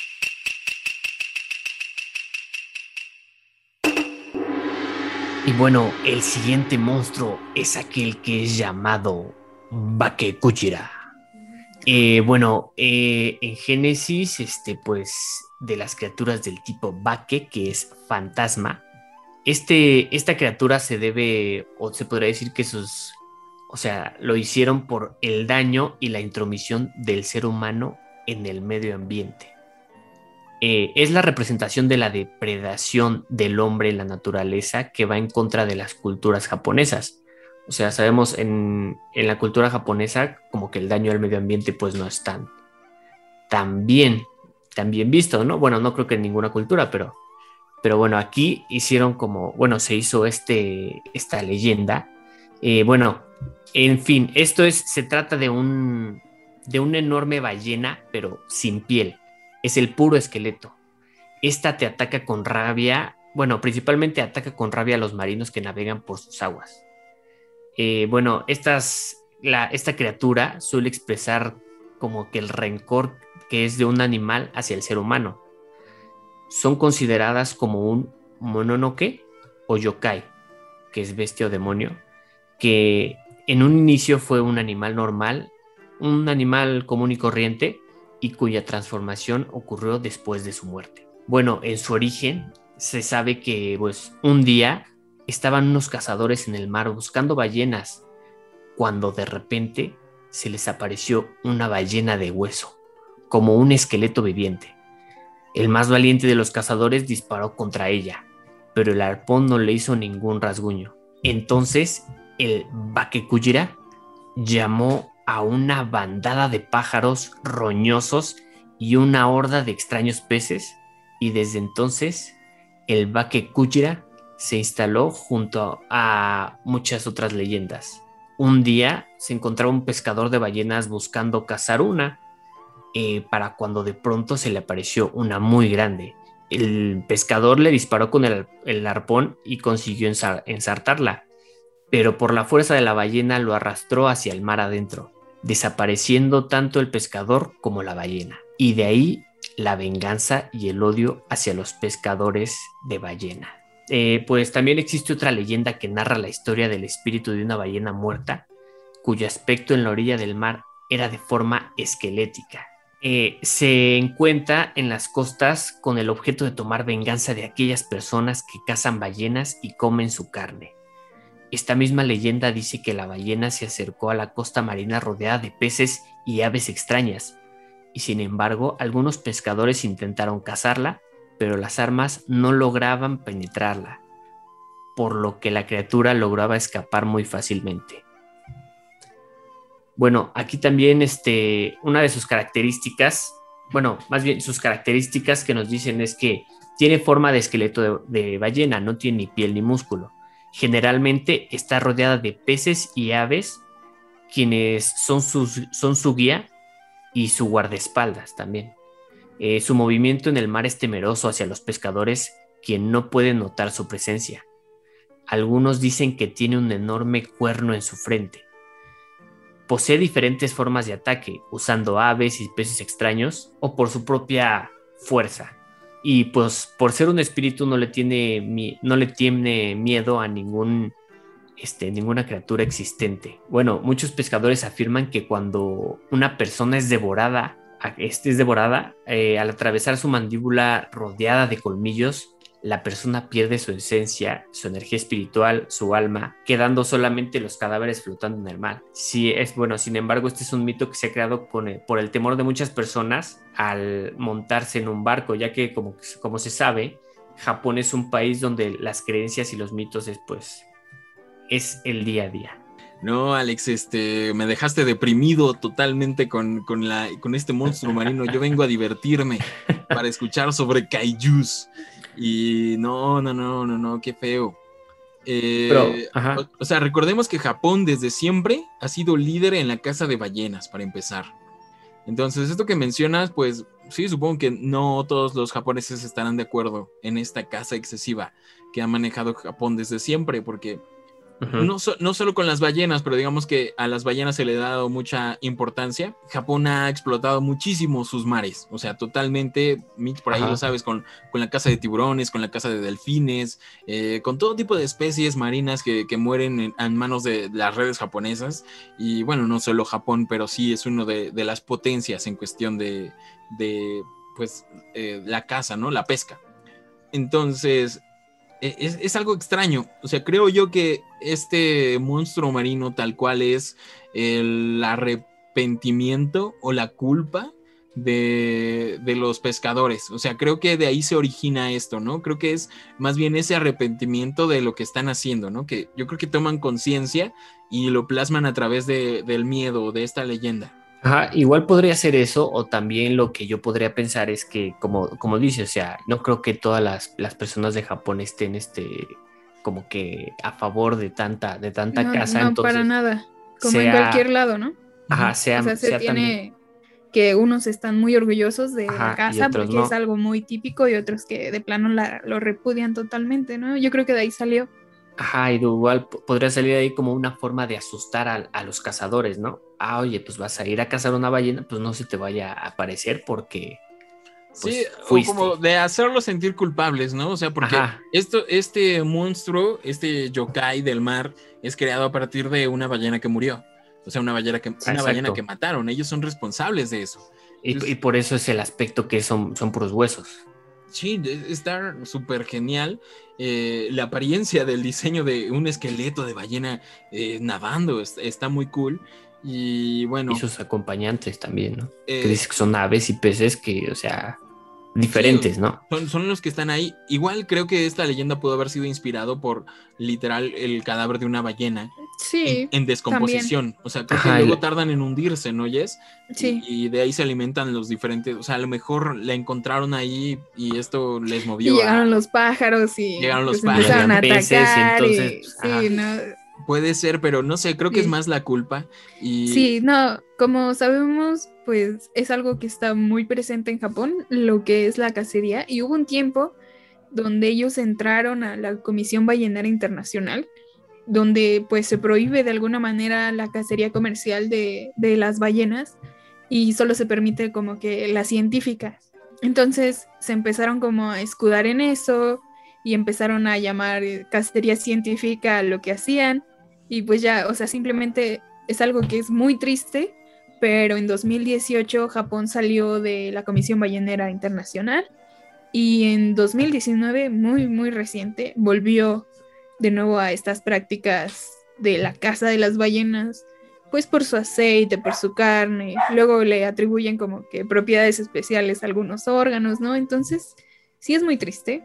Y bueno, el siguiente monstruo es aquel que es llamado Bakekujira. Eh, bueno, eh, en Génesis, este, pues, de las criaturas del tipo Bake, que es fantasma. Este, esta criatura se debe, o se podría decir que sus, o sea, lo hicieron por el daño y la intromisión del ser humano en el medio ambiente. Eh, es la representación de la depredación del hombre en la naturaleza que va en contra de las culturas japonesas. O sea, sabemos en, en la cultura japonesa como que el daño al medio ambiente pues no es tan, tan bien, tan bien visto, ¿no? Bueno, no creo que en ninguna cultura, pero... Pero bueno, aquí hicieron como, bueno, se hizo este, esta leyenda. Eh, bueno, en fin, esto es, se trata de un, de una enorme ballena, pero sin piel. Es el puro esqueleto. Esta te ataca con rabia, bueno, principalmente ataca con rabia a los marinos que navegan por sus aguas. Eh, bueno, estas, la, esta criatura suele expresar como que el rencor que es de un animal hacia el ser humano. Son consideradas como un mononoke o yokai, que es bestia o demonio, que en un inicio fue un animal normal, un animal común y corriente, y cuya transformación ocurrió después de su muerte. Bueno, en su origen se sabe que pues, un día estaban unos cazadores en el mar buscando ballenas, cuando de repente se les apareció una ballena de hueso, como un esqueleto viviente. El más valiente de los cazadores disparó contra ella, pero el arpón no le hizo ningún rasguño. Entonces el Bakekujira llamó a una bandada de pájaros roñosos y una horda de extraños peces, y desde entonces el Bakekujira se instaló junto a muchas otras leyendas. Un día se encontraba un pescador de ballenas buscando cazar una, eh, para cuando de pronto se le apareció una muy grande. El pescador le disparó con el, el arpón y consiguió ensar, ensartarla, pero por la fuerza de la ballena lo arrastró hacia el mar adentro, desapareciendo tanto el pescador como la ballena. Y de ahí la venganza y el odio hacia los pescadores de ballena. Eh, pues también existe otra leyenda que narra la historia del espíritu de una ballena muerta, cuyo aspecto en la orilla del mar era de forma esquelética. Eh, se encuentra en las costas con el objeto de tomar venganza de aquellas personas que cazan ballenas y comen su carne. Esta misma leyenda dice que la ballena se acercó a la costa marina rodeada de peces y aves extrañas, y sin embargo algunos pescadores intentaron cazarla, pero las armas no lograban penetrarla, por lo que la criatura lograba escapar muy fácilmente. Bueno, aquí también este, una de sus características, bueno, más bien sus características que nos dicen es que tiene forma de esqueleto de, de ballena, no tiene ni piel ni músculo. Generalmente está rodeada de peces y aves, quienes son, sus, son su guía y su guardaespaldas también. Eh, su movimiento en el mar es temeroso hacia los pescadores, quien no pueden notar su presencia. Algunos dicen que tiene un enorme cuerno en su frente. Posee diferentes formas de ataque, usando aves y peces extraños o por su propia fuerza. Y pues por ser un espíritu no le tiene, no le tiene miedo a ningún, este, ninguna criatura existente. Bueno, muchos pescadores afirman que cuando una persona es devorada, este es devorada, eh, al atravesar su mandíbula rodeada de colmillos, la persona pierde su esencia, su energía espiritual, su alma, quedando solamente los cadáveres flotando en el mar. Sí, es bueno, sin embargo, este es un mito que se ha creado con el, por el temor de muchas personas al montarse en un barco, ya que como, como se sabe, Japón es un país donde las creencias y los mitos es, pues, es el día a día. No, Alex, este, me dejaste deprimido totalmente con, con, la, con este monstruo marino. Yo vengo a divertirme para escuchar sobre kaijus. Y no, no, no, no, no, qué feo. Eh, Pero, ajá. O, o sea, recordemos que Japón desde siempre ha sido líder en la caza de ballenas, para empezar. Entonces, esto que mencionas, pues sí, supongo que no todos los japoneses estarán de acuerdo en esta caza excesiva que ha manejado Japón desde siempre, porque Uh-huh. No, so, no solo con las ballenas, pero digamos que a las ballenas se le ha dado mucha importancia. Japón ha explotado muchísimo sus mares, o sea, totalmente, por ahí Ajá. lo sabes, con, con la caza de tiburones, con la caza de delfines, eh, con todo tipo de especies marinas que, que mueren en, en manos de las redes japonesas. Y bueno, no solo Japón, pero sí es uno de, de las potencias en cuestión de, de pues, eh, la caza, ¿no? La pesca. Entonces... Es, es algo extraño, o sea, creo yo que este monstruo marino tal cual es el arrepentimiento o la culpa de, de los pescadores, o sea, creo que de ahí se origina esto, ¿no? Creo que es más bien ese arrepentimiento de lo que están haciendo, ¿no? Que yo creo que toman conciencia y lo plasman a través de, del miedo, de esta leyenda. Ajá, igual podría ser eso, o también lo que yo podría pensar es que, como, como dice, o sea, no creo que todas las, las personas de Japón estén este, como que a favor de tanta, de tanta no, caza. No, entonces, para nada, como sea, en cualquier lado, ¿no? Ajá, sea, o sea, se sea tiene también, que unos están muy orgullosos de ajá, la caza porque no. es algo muy típico y otros que de plano la, lo repudian totalmente, ¿no? Yo creo que de ahí salió. Ajá, y igual podría salir ahí como una forma de asustar a, a los cazadores, ¿no? Ah, oye, pues vas a ir a cazar una ballena, pues no se te vaya a aparecer porque... Pues, sí, fuiste. O como de hacerlos sentir culpables, ¿no? O sea, porque esto, este monstruo, este yokai del mar, es creado a partir de una ballena que murió. O sea, una ballena que, una ballena que mataron. Ellos son responsables de eso. Y, Entonces, y por eso es el aspecto que son, son puros huesos. Sí, está súper genial. Eh, la apariencia del diseño de un esqueleto de ballena eh, nadando está, está muy cool. Y bueno. Y sus acompañantes también, ¿no? Eh, que dicen que son aves y peces que, o sea, diferentes, sí, ¿no? Son, son los que están ahí. Igual creo que esta leyenda pudo haber sido inspirado por literal el cadáver de una ballena en, Sí, en descomposición. O sea, creo Ajá, que luego el- tardan en hundirse, ¿no, Jess? sí. Y, y de ahí se alimentan los diferentes. O sea, a lo mejor la encontraron ahí y esto les Y movió a. llegaron los pájaros y Llegaron los pues pájaros. empezaron a Habían peces y atacar entonces, y pues, sí, ajá. no. Puede ser, pero no sé, creo que es Sí. más la culpa. Y Sí, no, como sabemos, pues es algo que está muy presente en Japón, lo que es la cacería, y hubo un tiempo donde ellos entraron a la Comisión Ballenera Internacional, donde pues se prohíbe de alguna manera la cacería comercial de, de las ballenas y solo se permite como que la científica. Entonces se empezaron como a escudar en eso y empezaron a llamar eh, cacería científica a lo que hacían y pues ya, o sea, simplemente es algo que es muy triste, pero en dos mil dieciocho Japón salió de la Comisión Ballenera Internacional y en dos mil diecinueve, muy, muy reciente, volvió de nuevo a estas prácticas de la caza de las ballenas, pues por su aceite, por su carne. Luego le atribuyen como que propiedades especiales a algunos órganos, ¿no? Entonces, sí es muy triste.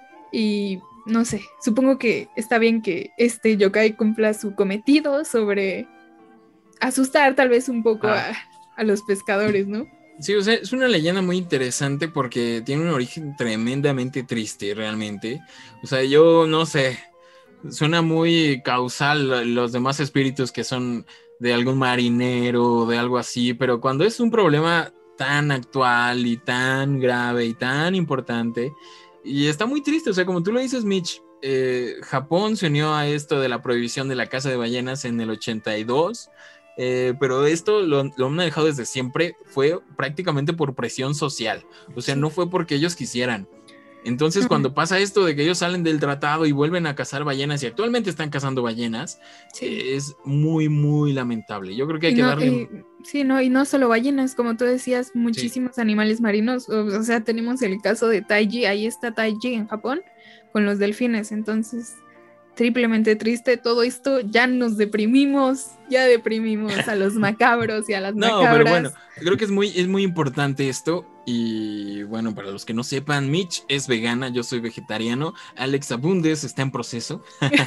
Y no sé, supongo que está bien que este yokai cumpla su cometido sobre asustar tal vez un poco Ah. a, a los pescadores, ¿no? sí, o sea, es una leyenda muy interesante porque tiene un origen tremendamente triste, realmente. O sea, yo no sé, suena muy causal los demás espíritus que son de algún marinero, de algo así, pero cuando es un problema tan actual y tan grave y tan importante, y está muy triste, o sea, como tú lo dices, Mitch, eh, Japón se unió a esto de la prohibición de la caza de ballenas en el ochenta y dos. Eh, pero esto lo, lo han manejado desde siempre, fue prácticamente por presión social, o sea, Sí. no fue porque ellos quisieran. Entonces, Ujú. cuando pasa esto de que ellos salen del tratado y vuelven a cazar ballenas y actualmente están cazando ballenas, Sí. eh, es muy, muy lamentable. Yo creo que hay Y que no, darle... y- sí, no, y no solo ballenas, como tú decías, muchísimos animales marinos. O, o sea, tenemos el caso de Taiji, ahí está Taiji en Japón, con los delfines. Entonces, triplemente triste todo esto. Ya nos deprimimos, ya deprimimos a los macabros y a las No, pero bueno, macabras. creo que es muy, es muy importante esto. Y bueno, para los que no sepan, Mitch es vegana, yo soy vegetariano. Alex Abundes está en proceso.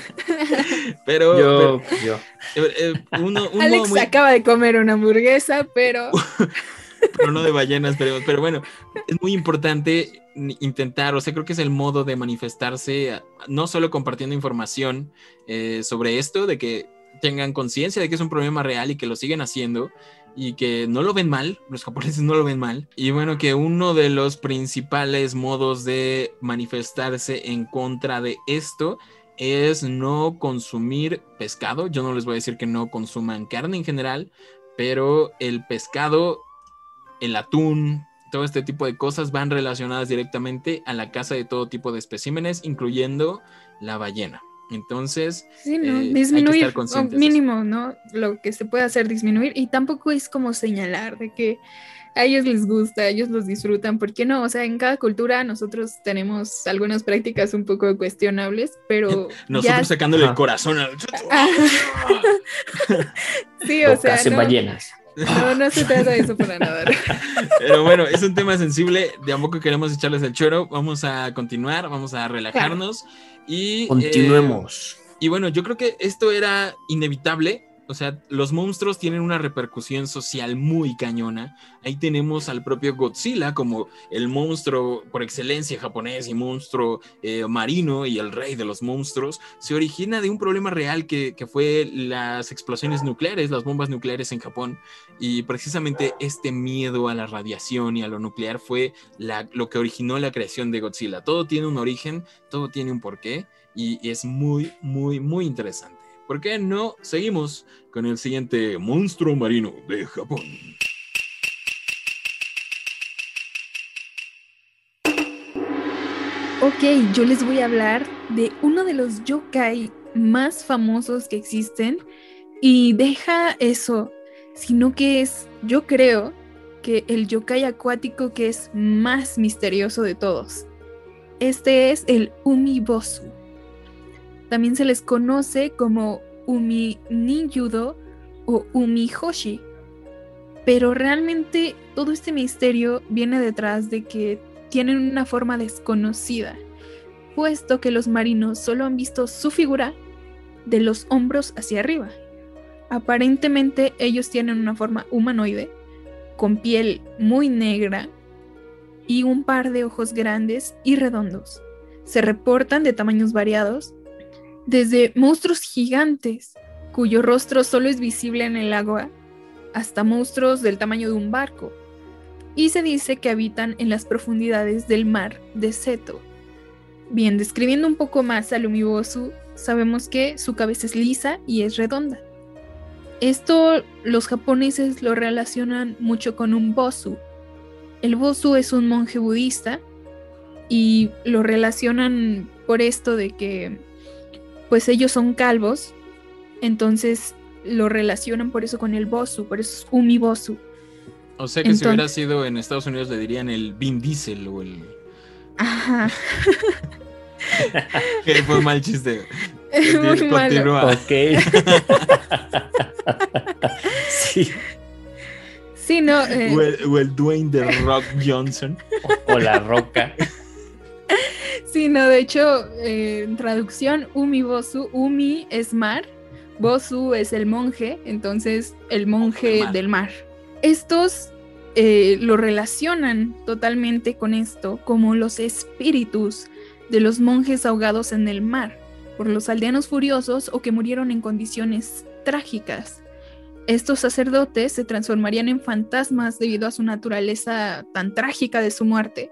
pero, Yo, pero, yo. eh, eh, uno, un modo Alex muy... acaba de comer una hamburguesa, pero pero no de ballenas, pero, pero bueno, es muy importante intentar, o sea, creo que es el modo de manifestarse, no solo compartiendo información eh, sobre esto, de que tengan conciencia de que es un problema real y que lo siguen haciendo y que no lo ven mal, los japoneses no lo ven mal, y bueno, que uno de los principales modos de manifestarse en contra de esto es no consumir pescado. Yo no les voy a decir que no consuman carne en general, pero el pescado, el atún, todo este tipo de cosas van relacionadas directamente a la caza de todo tipo de especímenes, incluyendo la ballena. Entonces, sí, ¿no? eh, hay que Disminuir, estar o conscientes de eso. mínimo, ¿no? Lo que se puede hacer, disminuir. Y tampoco es como señalar de que a ellos les gusta, a ellos los disfrutan, ¿por qué no? O sea, en cada cultura nosotros tenemos algunas prácticas un poco cuestionables, pero Nosotros ya... sacándole Ajá. el corazón al... Ah, sí, o Lo sea, cacen no, ballenas. no, no se trata de eso para nada. Pero bueno, es un tema sensible, de a poco queremos echarles el choro, vamos a continuar, vamos a relajarnos y... Continuemos. eh, y bueno, yo creo que esto era inevitable. O sea, los monstruos tienen una repercusión social muy cañona. Ahí tenemos al propio Godzilla como el monstruo por excelencia japonés y monstruo eh, marino y el rey de los monstruos. Se origina de un problema real que, que fue las explosiones nucleares, las bombas nucleares en Japón. Y precisamente este miedo a la radiación y a lo nuclear fue la, lo que originó la creación de Godzilla. Todo tiene un origen, todo tiene un porqué y, y es muy, muy, muy interesante. ¿Por qué no seguimos con el siguiente monstruo marino de Japón? Ok, yo les voy a hablar de uno de los yokai más famosos que existen y deja eso, sino que es, yo creo, que el yokai acuático que es más misterioso de todos. Este es el Umibosu. También se les conoce como Umi Niyudo o Umi Hoshi. Pero realmente todo este misterio viene detrás de que tienen una forma desconocida, puesto que los marinos solo han visto su figura de los hombros hacia arriba. Aparentemente ellos tienen una forma humanoide, con piel muy negra y un par de ojos grandes y redondos. Se reportan de tamaños variados, desde monstruos gigantes, cuyo rostro solo es visible en el agua, hasta monstruos del tamaño de un barco. Y se dice que habitan en las profundidades del mar de Seto. Bien, describiendo un poco más al Umibozu, sabemos que su cabeza es lisa y es redonda. Esto los japoneses lo relacionan mucho con un Bozu. El Bozu es un monje budista y lo relacionan por esto de que pues ellos son calvos, entonces lo relacionan por eso con el Bozu, por eso es Umibozu. O sea que entonces, si hubiera sido en Estados Unidos le dirían el Vin Diesel o el... Ajá. Que fue mal chiste. Muy malo. Ok. Sí. Sí, no. Eh... O, el, o el Dwayne The Rock Johnson. O, o La Roca. Sí, no, de hecho, eh, en traducción, Umibozu, Umi es mar, Bozu es el monje, entonces el monje mar. del mar. Estos eh, lo relacionan totalmente con esto como los espíritus de los monjes ahogados en el mar por los aldeanos furiosos o que murieron en condiciones trágicas. Estos sacerdotes se transformarían en fantasmas debido a su naturaleza tan trágica de su muerte,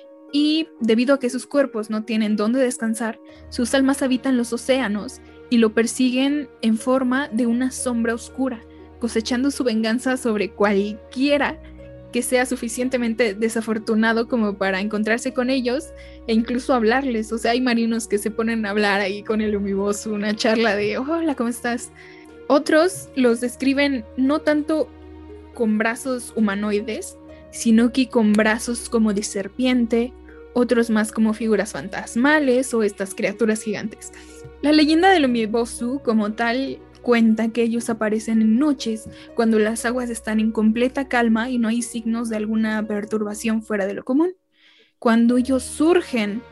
y debido a que sus cuerpos no tienen dónde descansar, sus almas habitan los océanos y lo persiguen en forma de una sombra oscura, cosechando su venganza sobre cualquiera que sea suficientemente desafortunado como para encontrarse con ellos e incluso hablarles. O sea, hay marinos que se ponen a hablar ahí con el Umibozu, una charla de hola, ¿cómo estás? Otros los describen no tanto con brazos humanoides, sino que con brazos como de serpiente, otros más como figuras fantasmales o estas criaturas gigantescas. La leyenda del Umibozu como tal cuenta que ellos aparecen en noches, cuando las aguas están en completa calma y no hay signos de alguna perturbación fuera de lo común. Cuando ellos surgen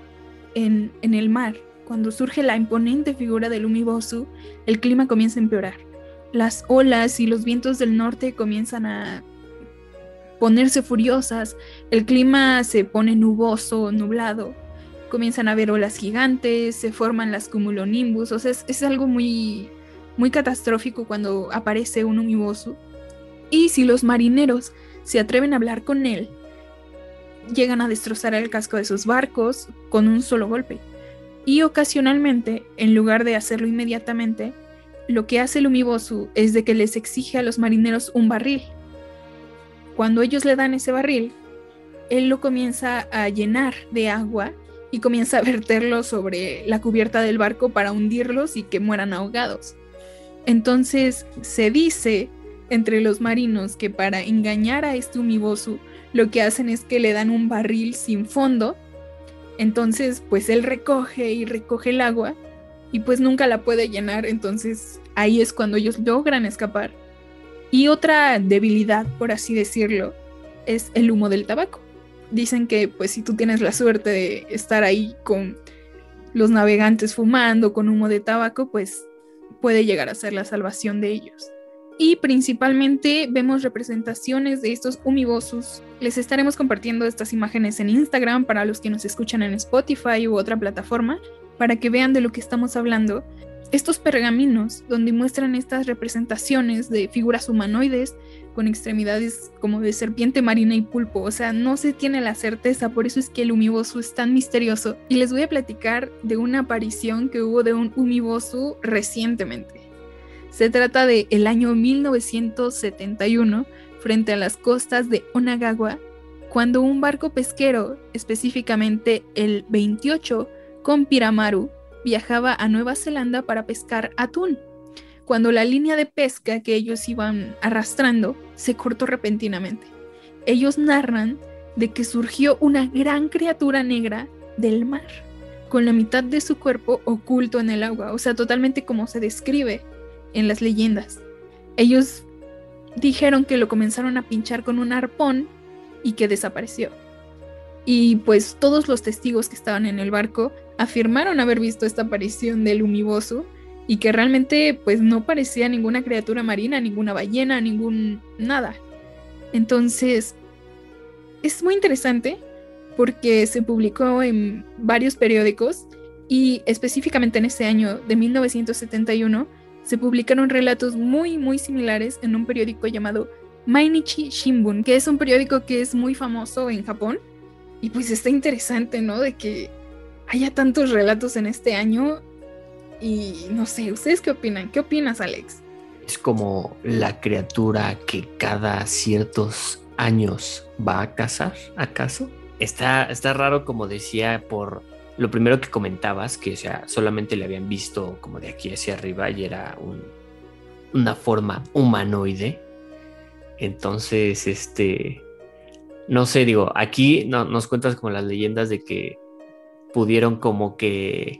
en, en el mar, cuando surge la imponente figura del Umibozu, el clima comienza a empeorar. Las olas y los vientos del norte comienzan a ponerse furiosas, el clima se pone nuboso, nublado, comienzan a haber olas gigantes, se forman las cumulonimbus, o sea, es, es algo muy, muy catastrófico cuando aparece un Umibozu. Y si los marineros se atreven a hablar con él, llegan a destrozar el casco de sus barcos con un solo golpe. Y ocasionalmente, en lugar de hacerlo inmediatamente, lo que hace el Umibozu es de que les exige a los marineros un barril. Cuando ellos le dan ese barril, él lo comienza a llenar de agua y comienza a verterlo sobre la cubierta del barco para hundirlos y que mueran ahogados. Entonces se dice entre los marinos que para engañar a este Umibozu lo que hacen es que le dan un barril sin fondo. Entonces pues él recoge y recoge el agua y pues nunca la puede llenar. Entonces ahí es cuando ellos logran escapar. Y otra debilidad, por así decirlo, es el humo del tabaco. Dicen que pues si tú tienes la suerte de estar ahí con los navegantes fumando con humo de tabaco, pues puede llegar a ser la salvación de ellos. Y principalmente vemos representaciones de estos Umibozus. Les estaremos compartiendo estas imágenes en Instagram para los que nos escuchan en Spotify u otra plataforma, para que vean de lo que estamos hablando. Estos pergaminos donde muestran estas representaciones de figuras humanoides con extremidades como de serpiente marina y pulpo, o sea, no se tiene la certeza, por eso es que el Umibozu es tan misterioso. Y les voy a platicar de una aparición que hubo de un Umibozu recientemente. Se trata de el año mil novecientos setenta y uno, frente a las costas de Onagawa, cuando un barco pesquero, específicamente el veintiocho con Piramaru, viajaba a Nueva Zelanda para pescar atún, cuando la línea de pesca que ellos iban arrastrando se cortó repentinamente. Ellos narran de que surgió una gran criatura negra del mar, con la mitad de su cuerpo oculto en el agua, o sea, totalmente como se describe en las leyendas. Ellos dijeron que lo comenzaron a pinchar con un arpón y que desapareció. Y pues todos los testigos que estaban en el barco afirmaron haber visto esta aparición del Umibozu y que realmente pues no parecía ninguna criatura marina, ninguna ballena, ningún nada. Entonces es muy interesante porque se publicó en varios periódicos y específicamente en ese año de mil novecientos setenta y uno se publicaron relatos muy muy similares en un periódico llamado Mainichi Shimbun, que es un periódico que es muy famoso en Japón. Y pues está interesante, ¿no? De que haya tantos relatos en este año. Y no sé, ¿ustedes qué opinan? ¿Qué opinas, Alex? Es como la criatura que cada ciertos años va a cazar, ¿acaso? Está, está raro, como decía, por lo primero que comentabas, que o sea, solamente le habían visto como de aquí hacia arriba y era un, una forma humanoide. Entonces, este... no sé, digo, aquí no, nos cuentas como las leyendas de que pudieron como que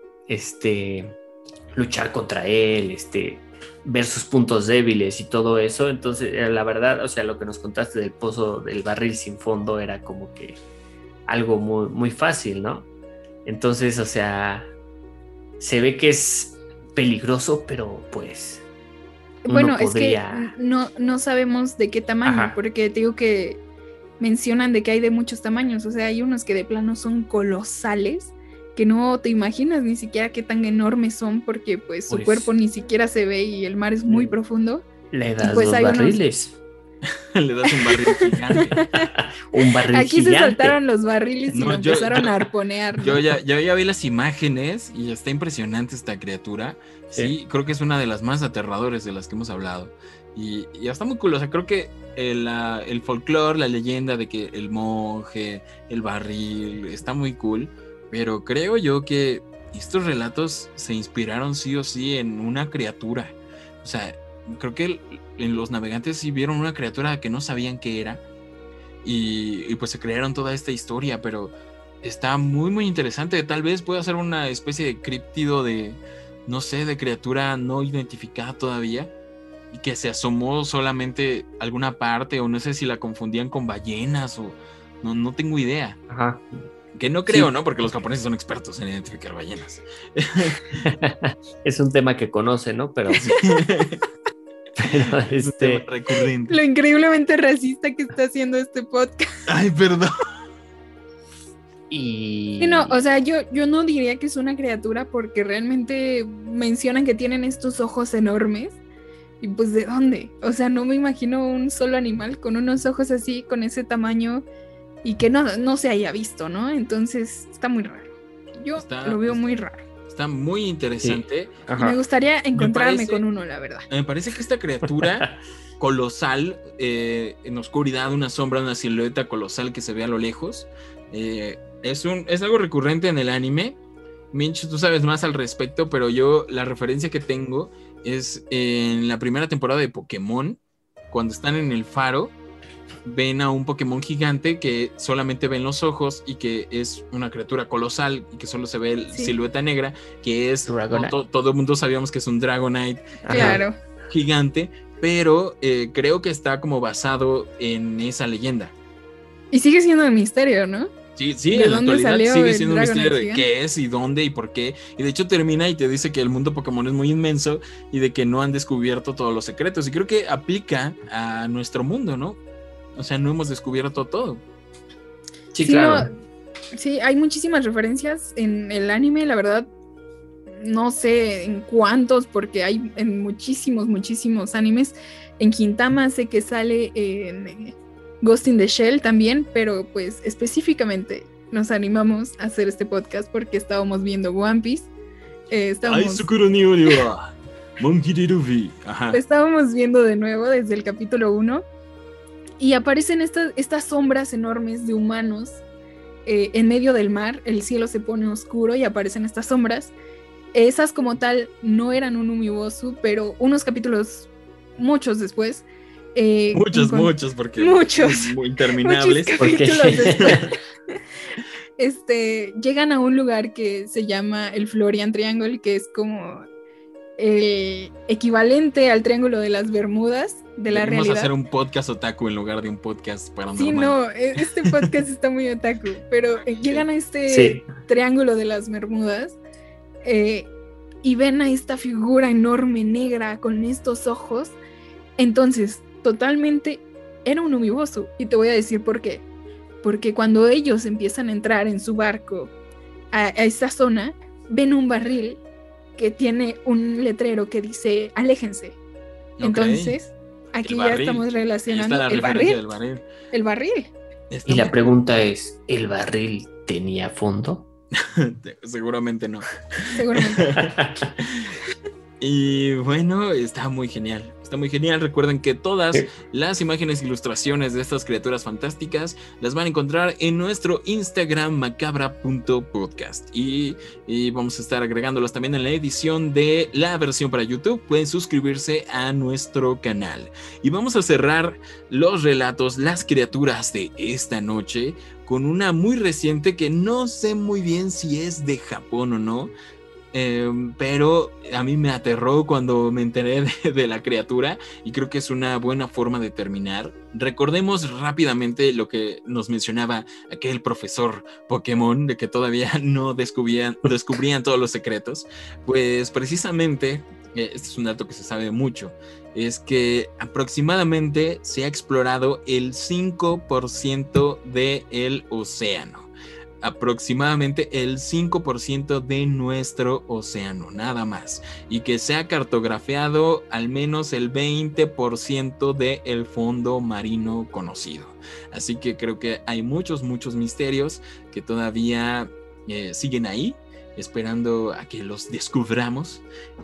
este, luchar contra él, este, ver sus puntos débiles y todo eso. Entonces, la verdad, o sea, lo que nos contaste del pozo del barril sin fondo era como que algo muy, muy fácil, ¿no? Entonces, o sea, se ve que es peligroso, pero pues... Bueno, podría... es que no, no sabemos de qué tamaño, Ajá. porque te digo que mencionan de que hay de muchos tamaños, o sea, hay unos que de plano son colosales, que no te imaginas ni siquiera qué tan enormes son, porque pues su pues, cuerpo ni siquiera se ve y el mar es muy le, Le profundo. das y, pues, dos hay barriles. Unos... le das un barril gigante. un barril Aquí gigante. se saltaron los barriles y no, lo yo, empezaron yo, a arponear. ¿no? Yo, ya, yo ya vi las imágenes y está impresionante esta criatura. Sí, sí, creo que es una de las más aterradoras de las que hemos hablado. Y, y está muy cool, o sea, creo que el, uh, el folclore, la leyenda de que el monje, el barril, está muy cool, pero creo yo que estos relatos se inspiraron sí o sí en una criatura. O sea, creo que el, en los navegantes sí vieron una criatura que no sabían qué era y, y pues se crearon toda esta historia, pero está muy muy interesante. Tal vez pueda ser una especie de críptido de, no sé, de criatura no identificada todavía y que se asomó solamente alguna parte, o no sé si la confundían con ballenas o no, no tengo idea. Ajá. Que no creo, sí. ¿no? Porque los japoneses son expertos en identificar ballenas. Es un tema que conoce, ¿no? Pero, pero es este... un tema recurrente. Lo increíblemente racista que está haciendo este podcast. Ay, perdón. Y... Sí, no, o sea, yo, yo no diría que es una criatura porque realmente mencionan que tienen estos ojos enormes. Y pues, ¿de dónde? O sea, no me imagino un solo animal con unos ojos así, con ese tamaño, y que no, no se haya visto, ¿no? Entonces, está muy raro. Yo está, lo veo está, muy raro. Está muy interesante. Sí. Me gustaría encontrarme me parece, con uno, la verdad. Me parece que esta criatura colosal, eh, en oscuridad, una sombra, una silueta colosal que se ve a lo lejos, eh, es, un, es algo recurrente en el anime. Minch, tú sabes más al respecto, pero yo la referencia que tengo es en la primera temporada de Pokémon, cuando están en el faro, ven a un Pokémon gigante que solamente ven los ojos y que es una criatura colosal y que solo se ve la sí. silueta negra, que es, no, to, todo el mundo sabíamos que es un Dragonite, claro, gigante, pero eh, creo que está como basado en esa leyenda. Y sigue siendo un misterio, ¿no? Sí, sí, en la actualidad sigue siendo un misterio de qué es y dónde y por qué. Y de hecho termina y te dice que el mundo Pokémon es muy inmenso y de que no han descubierto todos los secretos. Y creo que aplica a nuestro mundo, ¿no? O sea, no hemos descubierto todo. Sí, sí claro. No, sí, hay muchísimas referencias en el anime, la verdad. No sé en cuántos, porque hay en muchísimos, muchísimos animes. En Gintama sé que sale en Ghost in the Shell también, pero pues específicamente nos animamos a hacer este podcast porque estábamos viendo One Piece. Eh, estábamos... Ajá. Estábamos viendo de nuevo desde el capítulo uno y aparecen estas, estas sombras enormes de humanos eh, en medio del mar. El cielo se pone oscuro y aparecen estas sombras. Esas como tal no eran un Umibozu, pero unos capítulos, muchos después, Eh, muchos, con... muchos, porque muchos, son muy interminables. Muchos capítulos después, este, llegan a un lugar que se llama el Florian Triangle, que es como el equivalente al Triángulo de las Bermudas de la Debemos realidad. hacer un podcast otaku en lugar de un podcast paranormal. Sí, no, este podcast está muy otaku, pero llegan a este Sí. Triángulo de las Bermudas eh, y ven a esta figura enorme negra con estos ojos. Entonces, totalmente era un umibozu. Y te voy a decir por qué. Porque cuando ellos empiezan a entrar en su barco a, a esta zona, ven un barril que tiene un letrero que dice aléjense. Ok. Entonces, aquí El ya barril. estamos Ahí relacionando está la el referencia barril, del barril. el barril. Está Y la muy- pregunta es, ¿el barril tenía fondo? Seguramente no. Seguramente. Y bueno, está muy genial. Está muy genial. Recuerden que todas las imágenes e ilustraciones de estas criaturas fantásticas las van a encontrar en nuestro Instagram macabra punto podcast. Y, y vamos a estar agregándolas también en la edición de la versión para YouTube. Pueden suscribirse a nuestro canal. Y vamos a cerrar los relatos, las criaturas de esta noche, con una muy reciente que no sé muy bien si es de Japón o no. Eh, pero a mí me aterró cuando me enteré de, de la criatura y creo que es una buena forma de terminar. Recordemos rápidamente lo que nos mencionaba aquel profesor Pokémon de que todavía no descubrían, descubrían todos los secretos. Pues precisamente, eh, este es un dato que se sabe mucho, es que aproximadamente se ha explorado el cinco por ciento del océano. Aproximadamente el cinco por ciento de nuestro océano, nada más, y que se ha cartografiado al menos el veinte por ciento del fondo marino conocido. Así que creo que hay muchos, muchos misterios que todavía eh, siguen ahí, esperando a que los descubramos.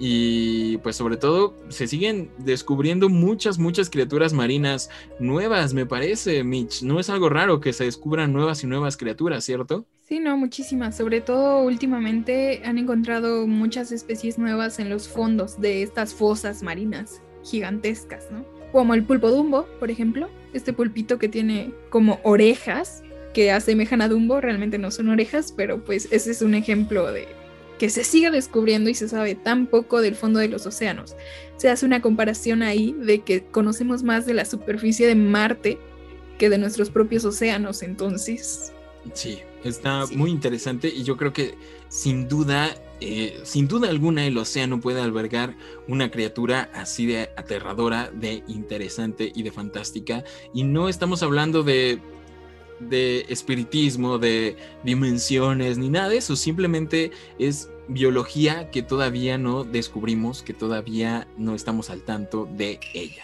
Y pues sobre todo se siguen descubriendo muchas, muchas criaturas marinas nuevas, me parece, Mitch. No es algo raro que se descubran nuevas y nuevas criaturas, ¿cierto? Sí, no, muchísimas. Sobre todo últimamente han encontrado muchas especies nuevas en los fondos de estas fosas marinas gigantescas, ¿no? Como el pulpo Dumbo, por ejemplo. Este pulpito que tiene como orejas que asemejan a Dumbo, realmente no son orejas, pero pues ese es un ejemplo de que se sigue descubriendo y se sabe tan poco del fondo de los océanos. Se hace una comparación ahí de que conocemos más de la superficie de Marte que de nuestros propios océanos, entonces... Sí, está Sí. muy interesante y yo creo que sin duda, eh, sin duda alguna el océano puede albergar una criatura así de aterradora, de interesante y de fantástica. Y no estamos hablando de, de espiritismo, de dimensiones, ni nada de eso. Simplemente es biología que todavía no descubrimos, que todavía no estamos al tanto de ella.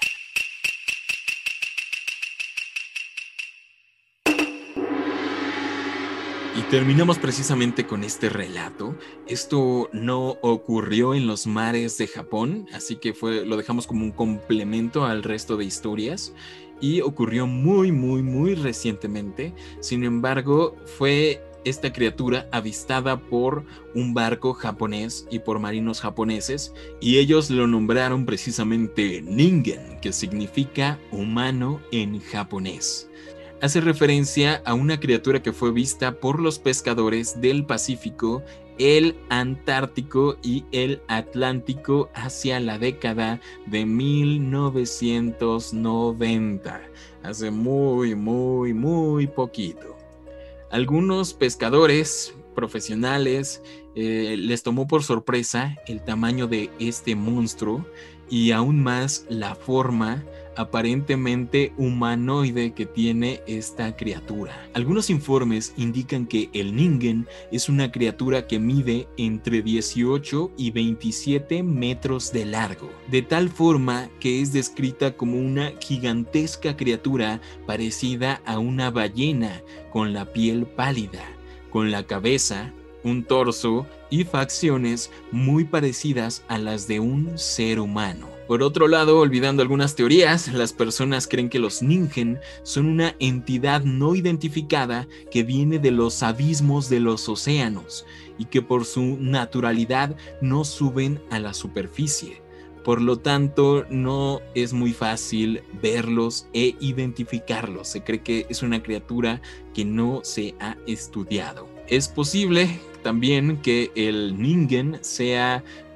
Y terminamos precisamente con este relato. Esto no ocurrió en los mares de Japón, así que fue, lo dejamos como un complemento al resto de historias. Y ocurrió muy, muy, muy recientemente. Sin embargo, fue esta criatura avistada por un barco japonés y por marinos japoneses. Y ellos lo nombraron precisamente Ningen, que significa humano en japonés. Hace referencia a una criatura que fue vista por los pescadores del Pacífico, el Antártico y el Atlántico hacia la década de mil novecientos noventa, hace muy, muy, muy poquito. Algunos pescadores profesionales eh, les tomó por sorpresa el tamaño de este monstruo y aún más la forma aparentemente humanoide que tiene esta criatura. Algunos informes indican que el Ningen es una criatura que mide entre dieciocho y veintisiete metros de largo, de tal forma que es descrita como una gigantesca criatura parecida a una ballena con la piel pálida, con la cabeza, un torso y facciones muy parecidas a las de un ser humano. Por otro lado, olvidando algunas teorías, las personas creen que los Ningen son una entidad no identificada que viene de los abismos de los océanos y que por su naturalidad no suben a la superficie. Por lo tanto, no es muy fácil verlos e identificarlos. Se cree que es una criatura que no se ha estudiado. Es posible también que el Ningen sea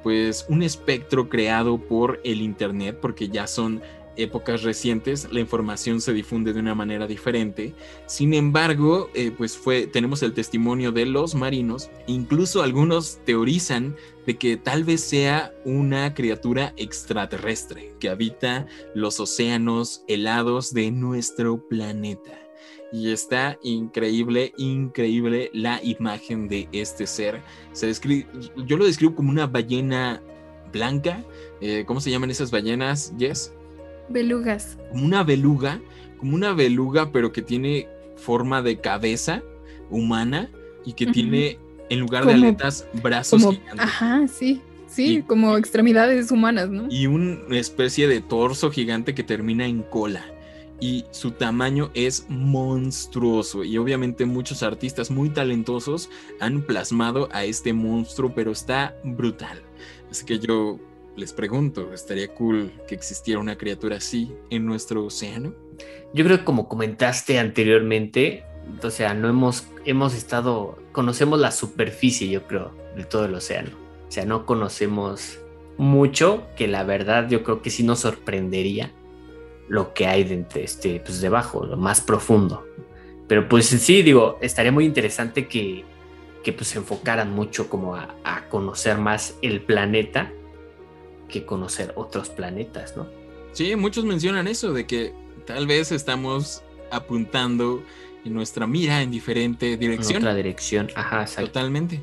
pues un espectro creado por el internet, porque ya son épocas recientes, la información se difunde de una manera diferente. Sin embargo, eh, pues fue, tenemos el testimonio de los marinos. Incluso algunos teorizan de que tal vez sea una criatura extraterrestre que habita los océanos helados de nuestro planeta. Y está increíble, increíble la imagen de este ser. Se describe, yo lo describo como una ballena blanca. Eh, ¿Cómo se llaman esas ballenas, Jess? Belugas. Como una beluga, como una beluga, pero que tiene forma de cabeza humana y que uh-huh. tiene, en lugar como, de aletas, brazos como, gigantes. Ajá, sí, sí, y, como extremidades humanas, ¿no? Y una especie de torso gigante que termina en cola. Y su tamaño es monstruoso. Y obviamente muchos artistas muy talentosos han plasmado a este monstruo, pero está brutal. Así que yo les pregunto, ¿estaría cool que existiera una criatura así en nuestro océano? Yo creo que como comentaste anteriormente, o sea, no hemos, hemos estado, conocemos la superficie, yo creo, de todo el océano. O sea, no conocemos mucho, que la verdad yo creo que sí nos sorprendería lo que hay de este, pues debajo, lo más profundo. Pero pues sí, digo, estaría muy interesante que, que pues se enfocaran mucho como a, a conocer más el planeta que conocer otros planetas, ¿no? Sí, muchos mencionan eso, de que tal vez estamos apuntando en nuestra mira en diferente dirección. En otra dirección, ajá, exacto. Totalmente.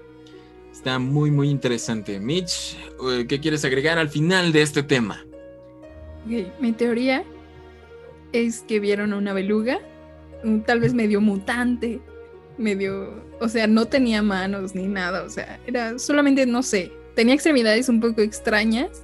Está muy, muy interesante. Mitch, ¿qué quieres agregar al final de este tema? Okay, mi teoría es que vieron a una beluga, tal vez medio mutante, medio, o sea, no tenía manos ni nada, o sea, era solamente, no sé, tenía extremidades un poco extrañas.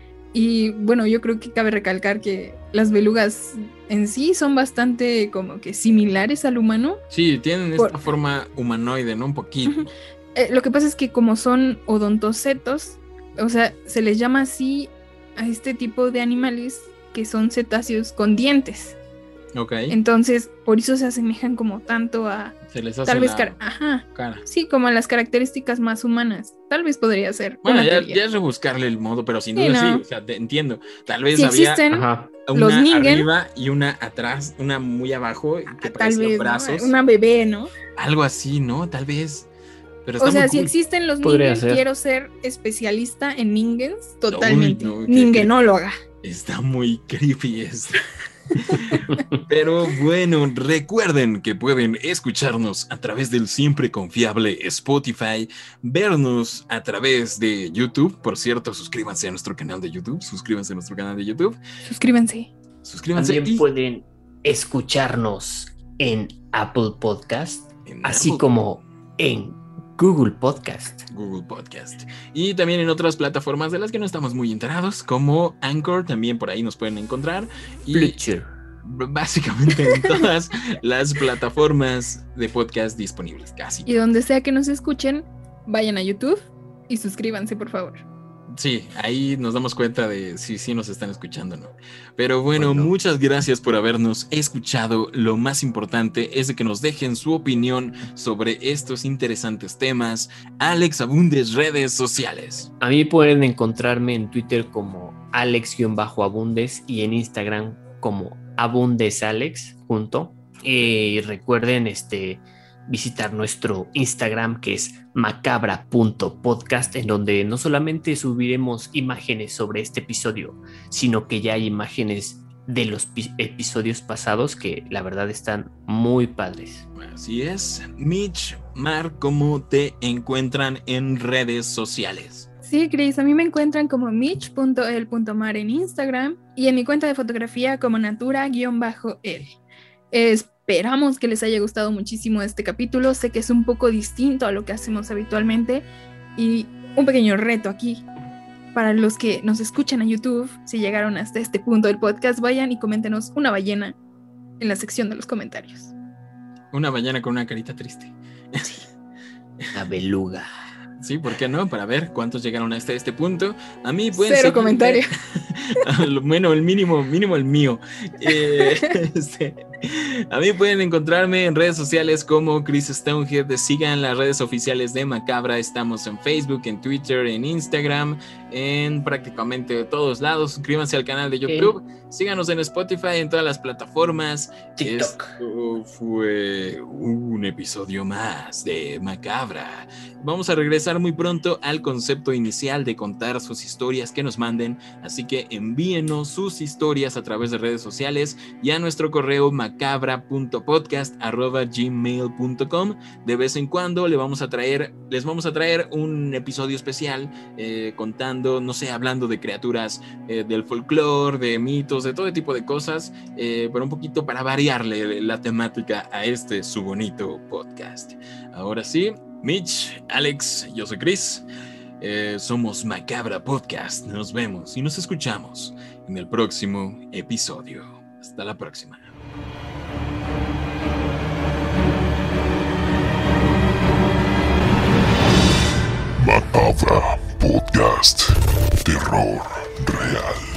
Y bueno, yo creo que cabe recalcar que las belugas en sí son bastante como que similares al humano. Sí, tienen Por... esta forma humanoide, ¿no? Un poquito. Uh-huh. Eh, lo que pasa es que como son odontocetos, o sea, se les llama así a este tipo de animales que son cetáceos con dientes. Ok. Entonces, por eso se asemejan como tanto a... Se les hace tal vez la car- Ajá. cara. Sí, como a las características más humanas. Tal vez podría ser. Bueno, ya, ya es rebuscarle el modo, pero sin duda sí, no. sí o sea, te entiendo. Tal vez sí había existen ajá, una los Ningen, arriba y una atrás, una muy abajo que tal parecía vez, brazos. ¿no? Una bebé, ¿no? Algo así, ¿no? Tal vez. Pero está o sea, muy si cool. existen los Ningen, quiero ser especialista en Ningens totalmente. Uy, no, Ningenóloga. Está muy creepy esto. Pero bueno, recuerden que pueden escucharnos a través del siempre confiable Spotify, vernos a través de YouTube. Por cierto, suscríbanse a nuestro canal de YouTube. Suscríbanse a nuestro canal de YouTube. Suscríbanse. Suscríbanse. También y... pueden escucharnos en Apple Podcast, en así Apple. como en Google Podcast. Google Podcast. Y también en otras plataformas de las que no estamos muy enterados, como Anchor, también por ahí nos pueden encontrar. Y Fletcher. Básicamente en todas las plataformas de podcast disponibles, casi. Y donde sea que nos escuchen, vayan a YouTube y suscríbanse, por favor. Sí, ahí nos damos cuenta de si sí nos están escuchando o no. Pero bueno, bueno, muchas gracias por habernos escuchado. Lo más importante es de que nos dejen su opinión sobre estos interesantes temas. Alex Abundes, redes sociales. A mí pueden encontrarme en Twitter como Alex-Abundes y en Instagram como AbundesAlex junto. Y recuerden este... visitar nuestro Instagram, que es macabra punto podcast, en donde no solamente subiremos imágenes sobre este episodio, sino que ya hay imágenes de los pi- episodios pasados que la verdad están muy padres. Así es. Mitch, Mar, ¿cómo te encuentran en redes sociales? Sí, Chris, a mí me encuentran como mitch punto el punto mar en Instagram y en mi cuenta de fotografía como natura-el. Es Esperamos que les haya gustado muchísimo este capítulo. Sé que es un poco distinto a lo que hacemos habitualmente y un pequeño reto aquí. Para los que nos escuchan a YouTube, si llegaron hasta este punto del podcast, vayan y coméntenos una ballena en la sección de los comentarios. Una ballena con una carita triste. Sí. La beluga. Sí, ¿por qué no? Para ver cuántos llegaron hasta este punto. A mí pueden Cero seguirme, comentario. Bueno, el mínimo, mínimo el mío. Eh, este, a mí pueden encontrarme en redes sociales como Chris Stonehead. Sigan las redes oficiales de Macabra. Estamos en Facebook, en Twitter, en Instagram, en prácticamente todos lados. Suscríbanse al canal de YouTube. Okay. Síganos en Spotify, en todas las plataformas. TikTok. Esto fue un episodio más de Macabra. Vamos a regresar muy pronto al concepto inicial de contar sus historias que nos manden. Así que envíenos sus historias a través de redes sociales y a nuestro correo macabra punto podcast arroba gmail punto com. De vez en cuando le vamos a traer, les vamos a traer un episodio especial eh, contando, no sé, hablando de criaturas eh, del folclore, de mitos, de todo tipo de cosas, eh, pero un poquito para variarle la temática a este su bonito podcast. Ahora sí, Mitch, Alex, yo soy Chris. Eh, somos Macabra Podcast. Nos vemos y nos escuchamos en el próximo episodio. Hasta la próxima. Macabra Podcast. Terror real.